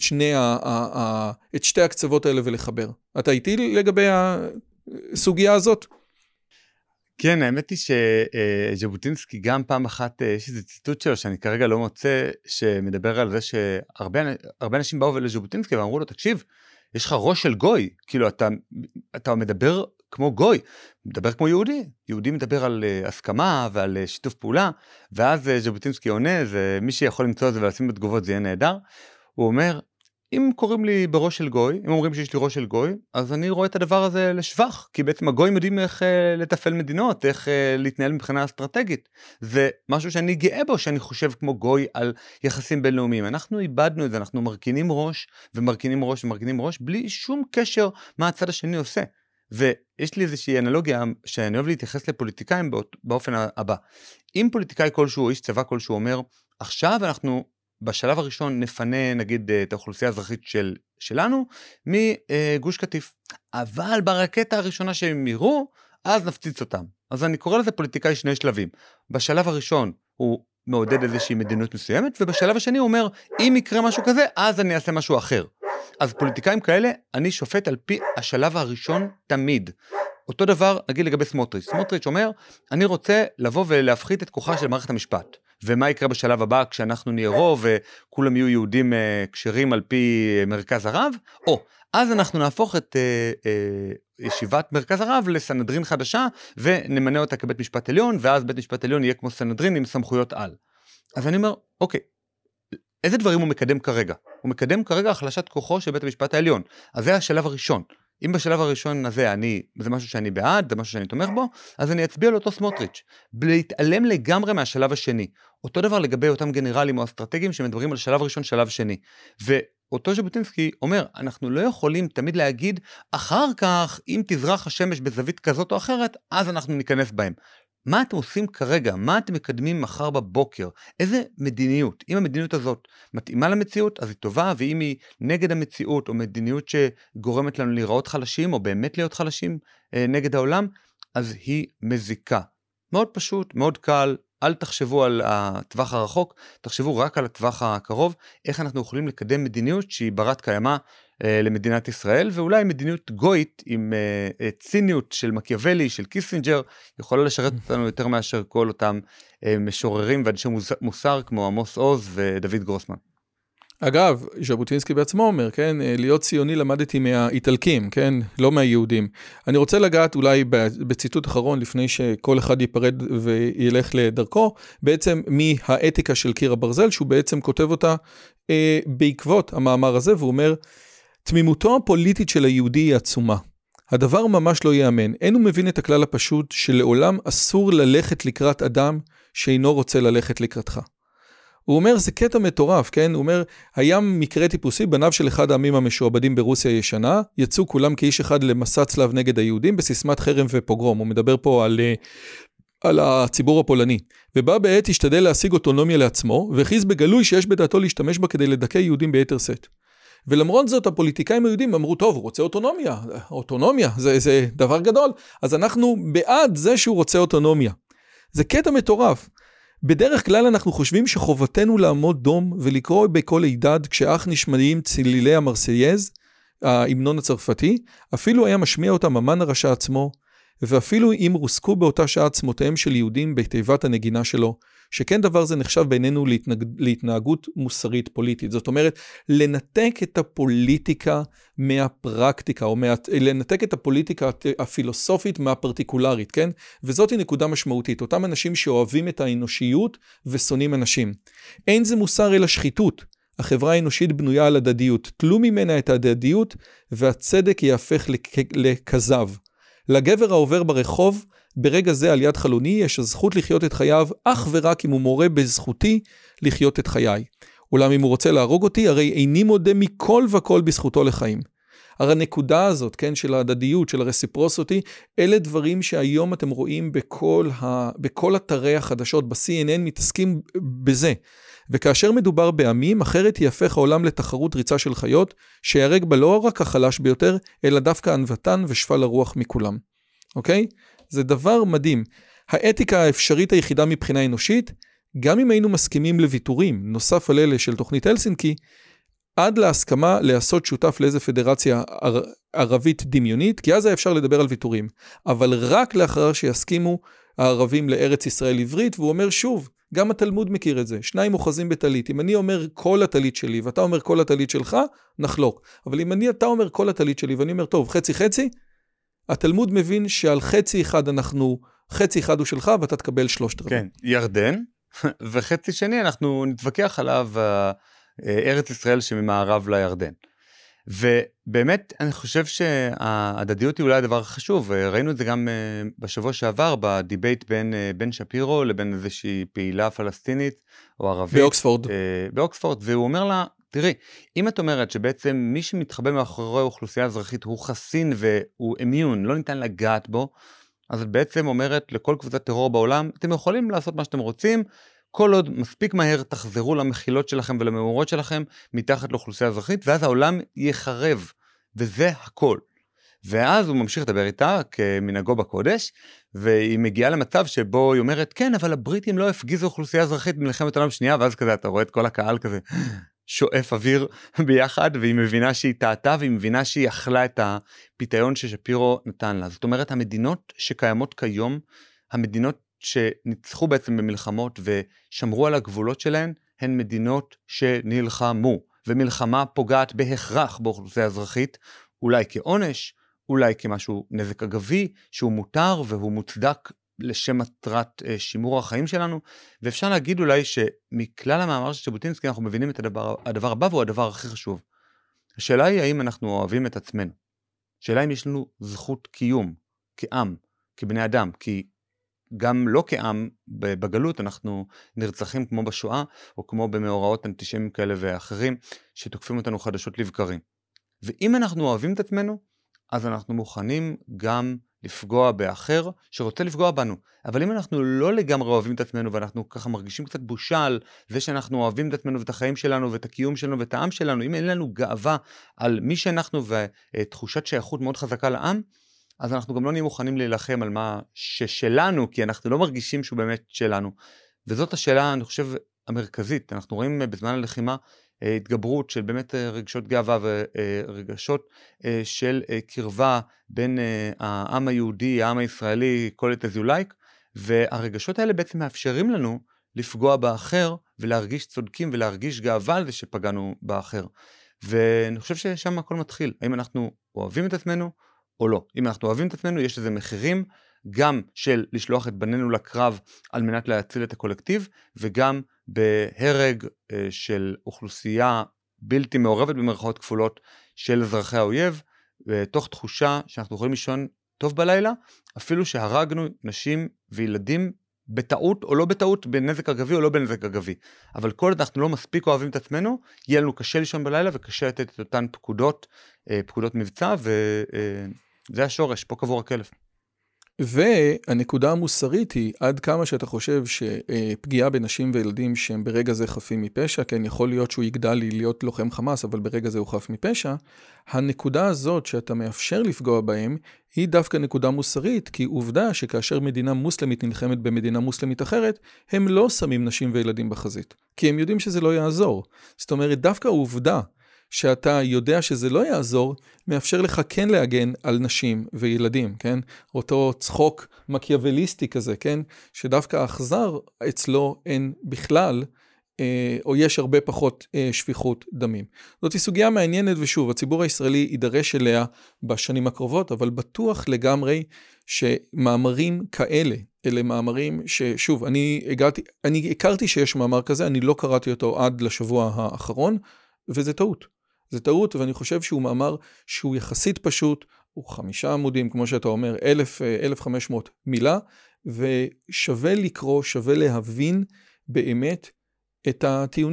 Speaker 1: את שתי הקצוות האלה ולחבר. אתה איתי לגבי הסוגיה הזאת?
Speaker 2: כן, האמת היא שז'בוטינסקי גם פעם אחת, יש איזה ציטוט שלו שאני כרגע לא מוצא, שמדבר על זה שהרבה אנשים באו לז'בוטינסקי ואמרו לו, תקשיב, יש לך ראש של גוי, כאילו אתה מדבר כמו גוי, מדבר כמו יהודי, יהודי מדבר על הסכמה ועל שיתוף פעולה, ואז ז'בוטינסקי עונה, זה מי שיכול למצוא את זה ולשים בתגובות זה יהיה נהדר, הוא אומר, אם קוראים לי בראש של גוי, אם אומרים שיש לי ראש של גוי, אז אני רואה את הדבר הזה לשבח, כי בעצם הגויים יודעים איך לתפעל מדינות, איך להתנהל מבחינה אסטרטגית. זה משהו שאני גאה בו, שאני חושב כמו גוי על יחסים בינלאומיים. אנחנו איבדנו את זה, אנחנו מרכינים ראש, ומרכינים ראש ומרכינים ראש, בלי שום קשר מה הצד השני עושה. ויש לי איזושהי אנלוגיה שאני אוהב להתייחס לפוליטיקאים באופן הבא. אם פוליטיקאי כלשהו, איש צבא כלשהו אומר, עכשיו אנחנו בשלב הראשון נפנה נגיד את האוכלוסייה האזרחית שלנו מגוש קטיף. אבל ברקטה הראשונה שהם יראו, אז נפציץ אותם. אז אני קורא לזה פוליטיקאי שני שלבים. בשלב הראשון הוא מעודד איזושהי מדיניות מסוימת, ובשלב השני הוא אומר, אם יקרה משהו כזה, אז אני אעשה משהו אחר. אז פוליטיקאים כאלה, אני שופט על פי השלב הראשון תמיד. אותו דבר, נגיד לגבי סמוטריץ'. סמוטריץ' אומר, אני רוצה לבוא ולהפחית את כוחה של מערכת המשפט. ומה יקרה בשלב הבא כשאנחנו נהיה רוב וכולם יהיו יהודים כשרים על פי מרכז הרב? או, אז אנחנו נהפוך את ישיבת מרכז הרב לסנהדרין חדשה ונמנה אותה כבית משפט עליון, ואז בית משפט עליון יהיה כמו סנהדרין עם סמכויות על. אז אני אומר, אוקיי, איזה דברים הוא מקדם כרגע? הוא מקדם כרגע החלשת כוחו של בית המשפט העליון. אז זה השלב הראשון. אם בשלב הראשון הזה זה משהו שאני בעד, זה משהו שאני תומך בו, אז אני אצביע לאותו סמוטריץ', להתעלם לגמרי מהשלב השני. אותו דבר לגבי אותם גנרלים או אסטרטגיים שמדברים על שלב ראשון, שלב שני. ואותו ז'בוטינסקי אומר, אנחנו לא יכולים תמיד להגיד, אחר כך, אם תזרח השמש בזווית כזאת או אחרת, אז אנחנו ניכנס בהם. מה אתם עושים כרגע? מה אתם מקדמים מחר בבוקר? איזה מדיניות? אם המדיניות הזאת מתאימה למציאות, אז היא טובה, ואם היא נגד המציאות, או מדיניות שגורמת לנו להיראות חלשים, או באמת להיות חלשים נגד העולם, אז היא מזיקה. מאוד פשוט, מאוד קל, אל תחשבו על הטווח הרחוק, תחשבו רק על הטווח הקרוב, איך אנחנו יכולים לקדם מדיניות שהיא ברת קיימא למדינת ישראל, ואולי מדיניות גוית עם ציניות של מקיאוולי, של קיסינג'ר, יכולה לשרת אותנו יותר מאשר כל אותם משוררים ואנשי מוסר כמו עמוס עוז ודוד גרוסמן.
Speaker 1: אגב, ז'בוטינסקי בעצמו אומר, כן, להיות ציוני למדתי מהאיטלקים, כן, לא מהיהודים. אני רוצה לגעת אולי בציטוט אחרון, לפני שכל אחד ייפרד וילך לדרכו, בעצם מהאתיקה של קיר הברזל, שהוא בעצם כותב אותה בעקבות המאמר הזה, והוא אומר, תמימותו הפוליטית של היהודי היא עצומה. הדבר ממש לא יאמן. אין הוא מבין את הכלל הפשוט שלעולם אסור ללכת לקראת אדם שאינו רוצה ללכת לקראתך. הוא אומר, זה קטע מטורף, כן? הוא אומר, היה מקרה טיפוסי, בניו של אחד העמים המשועבדים ברוסיה הישנה, יצאו כולם כאיש אחד למסע צלב נגד היהודים, בסיסמת חרם ופוגרום. הוא מדבר פה על הציבור הפולני. ובא בעת השתדל להשיג אוטונומיה לעצמו, והכריז בגלוי שיש בדעתו להשתמש בה כדי לדכא יהודים ביתר שאת. ולמרות זאת, הפוליטיקאים היהודים אמרו, טוב, הוא רוצה אוטונומיה. אוטונומיה, זה דבר גדול. אז אנחנו בעד זה שהוא רוצה אוטונומיה. זה קטע מטורף. בדרך כלל אנחנו חושבים שחובתנו לעמוד דום ולקרוא בכל עידד כשאך נשמעים צלילי המרסייז, ההמנון הצרפתי, אפילו היה משמיע אותם אמן הרשע עצמו, ואפילו אם רוסקו באותה שעה עצמותיהם של יהודים בתיבת הנגינה שלו, שכן דבר זה נחשב בינינו להתנהגות מוסרית פוליטית. זאת אומרת, לנתק את הפוליטיקה מהפרקטיקה, או לנתק את הפוליטיקה הפילוסופית מהפרטיקולרית, כן? וזאת היא נקודה משמעותית. אותם אנשים שאוהבים את האנושיות ושונאים אנשים. אין זה מוסר אלא שחיתות. החברה האנושית בנויה על הדדיות. תלו ממנה את הדדיות, והצדק יהפך לכזב. לגבר העובר ברחוב, ברגע זה על יד חלוני, יש הזכות לחיות את חייו, אך ורק אם הוא מורה בזכותי לחיות את חיי. אולם אם הוא רוצה להרוג אותי, הרי איני מודה מכל וכל בזכותו לחיים. הרי הנקודה הזאת, כן, של ההדדיות, של הרסיפרוסיטי, אלה דברים שהיום אתם רואים בכל אתרי החדשות, ב-CNN מתעסקים בזה. וכאשר מדובר בעמים, אחרת יהפך העולם לתחרות ריצה של חיות, שירג בה לא רק החלש ביותר, אלא דווקא ענוותן ושפל הרוח מכולם. אוקיי? זה דבר מדהים. האתיקה האפשרית היחידה מבחינה אנושית, גם אם היינו מסכימים לוויתורים, נוסף על אלה של תוכנית הלסינקי, עד להסכמה לעשות שותף לאיזה פדרציה ערבית דמיונית, כי אז היה אפשר לדבר על ויתורים, אבל רק לאחר שיסכימו הערבים לארץ ישראל עברית, והוא אומר שוב, גם התלמוד מכיר את זה, שניים אוחזים בטלית, אם אני אומר כל הטלית שלי, ואתה אומר כל הטלית שלך, נחלוק, אבל אם אתה אומר כל הטלית שלי, ואני אומר טוב, חצי חצי, התלמוד מבין שעל חצי אחד הוא שלך, ואתה תקבל 3/4.
Speaker 2: כן, ירדן, וחצי שני אנחנו נתווכח עליו ארץ ישראל שממערב לירדן. ובאמת אני חושב שההדדיות היא אולי הדבר החשוב, ראינו את זה גם בשבוע שעבר בדיבייט בין בן שפירו לבין איזושהי פעילה פלסטינית או ערבית. באוקספורד, והוא אומר לה, תראי, אם את אומרת שבעצם מי שמתחבא מאחורי אוכלוסייה אזרחית הוא חסין והוא אימיון, לא ניתן לגעת בו, אז את בעצם אומרת לכל קבוצת טרור בעולם, אתם יכולים לעשות מה שאתם רוצים, כל עוד מספיק מהר תחזרו למחילות שלכם ולמאורות שלכם מתחת לאוכלוסייה אזרחית, ואז העולם יחרב, וזה הכל. ואז הוא ממשיך לדבר איתה כמנהגו בקודש, והיא מגיעה למצב שבו היא אומרת, כן, אבל הבריטים לא הפגיזו אוכלוסייה אזרחית במלחמת העולם שנייה, ואז כזה אתה רואה את כל הקהל כזה שואף אוויר ביחד, והיא מבינה שהיא טעתה, והיא מבינה שהיא אכלה את הפיתיון ששפירו נתן לה. זאת אומרת, המדינות שקיימות כיום, המדינות שניצחו בעצם במלחמות ושמרו על הגבולות שלהן, הן מדינות שנלחמו, ומלחמה פוגעת בהכרח באוכלוסייה אזרחית, אולי כעונש, אולי כמשהו נזק אגבי, שהוא מותר והוא מוצדק לשם מטרת שימור החיים שלנו, ואפשר להגיד אולי שמכלל המאמר של ז'בוטינסקי אנחנו מבינים את הדבר הבא, והוא הדבר הכי חשוב. השאלה היא האם אנחנו אוהבים את עצמנו. השאלה אם יש לנו זכות קיום, כעם, כבני אדם, כי גם לא כעם בגלות אנחנו נרצחים כמו בשואה, או כמו במאורעות אנטישמיים כאלה ואחרים, שתוקפים אותנו חדשות לבקרים. ואם אנחנו אוהבים את עצמנו, אז אנחנו מוכנים גם לפגוע באחר שרוצה לפגוע בנו. אבל אם אנחנו לא לגמרי אוהבים את עצמנו, ואנחנו ככה מרגישים קצת בושה על זה שאנחנו אוהבים את עצמנו ואת החיים שלנו ואת הקיום שלנו ואת העם שלנו, אם אין לנו גאווה על מי שאנחנו ותחושת שייכות מאוד חזקה לעם, אז אנחנו גם לא נהיה מוכנים להילחם על מה ששלנו, כי אנחנו לא מרגישים שהוא באמת שלנו. וזאת השאלה, אני חושב, המרכזית. אנחנו רואים בזמן הלחימה התגברות של באמת רגשות גאווה ורגשות של קרבה בין העם היהודי, העם הישראלי, call it as you like, והרגשות האלה בעצם מאפשרים לנו לפגוע באחר ולהרגיש צודקים ולהרגיש גאווה על זה שפגענו באחר. ואני חושב ששם הכל מתחיל. האם אנחנו אוהבים את עצמנו או לא? אם אנחנו אוהבים את עצמנו, יש לזה מחירים, גם של לשלוח את בנינו לקרב על מנת להציל את הקולקטיב, וגם בהרג של אוכלוסייה בלתי מעורבת במרכאות כפולות של אזרחי האויב, ותוך תחושה שאנחנו יכולים לישון טוב בלילה, אפילו שהרגנו נשים וילדים בטעות או לא בטעות, בנזק אגבי או לא בנזק אגבי. אבל כל עוד אנחנו לא מספיק אוהבים את עצמנו, יהיה לנו קשה לישון בלילה וקשה לתת את אותן פקודות מבצע, וזה השורש, פה קבור הכלב.
Speaker 1: והנקודה המוסרית היא, עד כמה שאתה חושב שפגיעה בנשים וילדים שהם ברגע זה חפים מפשע, כן, יכול להיות שהוא יגדל להיות לוחם חמאס, אבל ברגע זה הוא חף מפשע, הנקודה הזאת שאתה מאפשר לפגוע בהם, היא דווקא נקודה מוסרית, כי עובדה שכאשר מדינה מוסלמית נלחמת במדינה מוסלמית אחרת, הם לא שמים נשים וילדים בחזית, כי הם יודעים שזה לא יעזור. זאת אומרת, דווקא העובדה שאתה יודע שזה לא יעזור, מאפשר לך כן להגן על נשים וילדים, כן? אותו צחוק מקיאווליסטי כזה, כן? שדווקא האכזר אצלו אין בכלל, או יש הרבה פחות שפיכות דמים. זאת סוגיה מעניינת, ושוב, הציבור הישראלי יידרש אליה בשנים הקרובות, אבל בטוח לגמרי שמאמרים כאלה, אלה מאמרים ששוב, אני הכרתי שיש מאמר כזה, אני לא קראתי אותו עד לשבוע האחרון, וזה טעות. זה טעות, ואני חושב שהוא מאמר שהוא יחסית פשוט, הוא 5 עמודים, כמו שאתה אומר, 1,500 מילה, ושווה לקרוא, שווה להבין באמת את הטיעונים.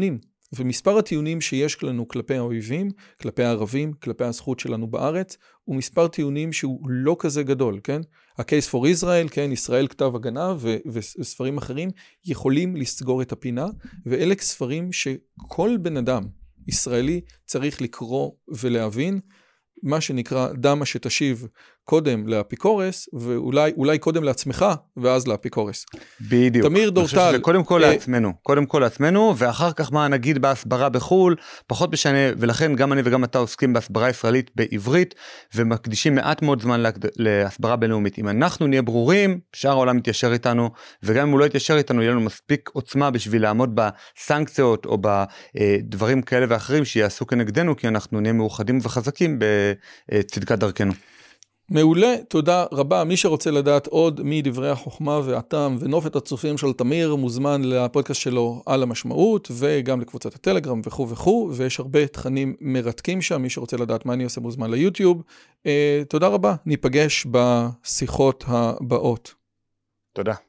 Speaker 1: ומספר הטיעונים שיש לנו כלפי האויבים, כלפי הערבים, כלפי הזכות שלנו בארץ, הוא מספר טיעונים שהוא לא כזה גדול, כן? ה-Case for Israel, כן, ישראל כתב הגנה וספרים אחרים יכולים לסגור את הפינה, ואלה ספרים שכל בן אדם ישראלי צריך לקרוא ולהבין, מה שנקרא דמה שתשיב קודם לאפיקורס, ואולי קודם לעצמך, ואז לאפיקורס.
Speaker 2: בדיוק.
Speaker 1: תמיר דורטל.
Speaker 2: קודם כל לעצמנו, קודם כל לעצמנו, ואחר כך מה נגיד בהסברה בחול, פחות משנה, ולכן גם אני וגם אתה עוסקים בהסברה ישראלית בעברית, ומקדישים מעט מאוד זמן להסברה בינלאומית. אם אנחנו נהיה ברורים, שאר העולם יתיישר איתנו, וגם אם הוא לא יתיישר איתנו, יהיה לנו מספיק עוצמה בשביל לעמוד בסנקציות, או בדברים כאלה ואחרים שיעשו כנגדנו, כי אנחנו נהיה מאוחדים וחזקים בצדקת דרכנו.
Speaker 1: מעולה, תודה רבה. מי שרוצה לדעת עוד מדברי החוכמה והטעם ונופת הצופים של תמיר, מוזמן לפודקאסט שלו על המשמעות, וגם לקבוצת הטלגרם וכו' וכו', ויש הרבה תכנים מרתקים שם. מי שרוצה לדעת מה אני עושה, מוזמן ליוטיוב. תודה רבה, ניפגש בשיחות הבאות.
Speaker 2: תודה.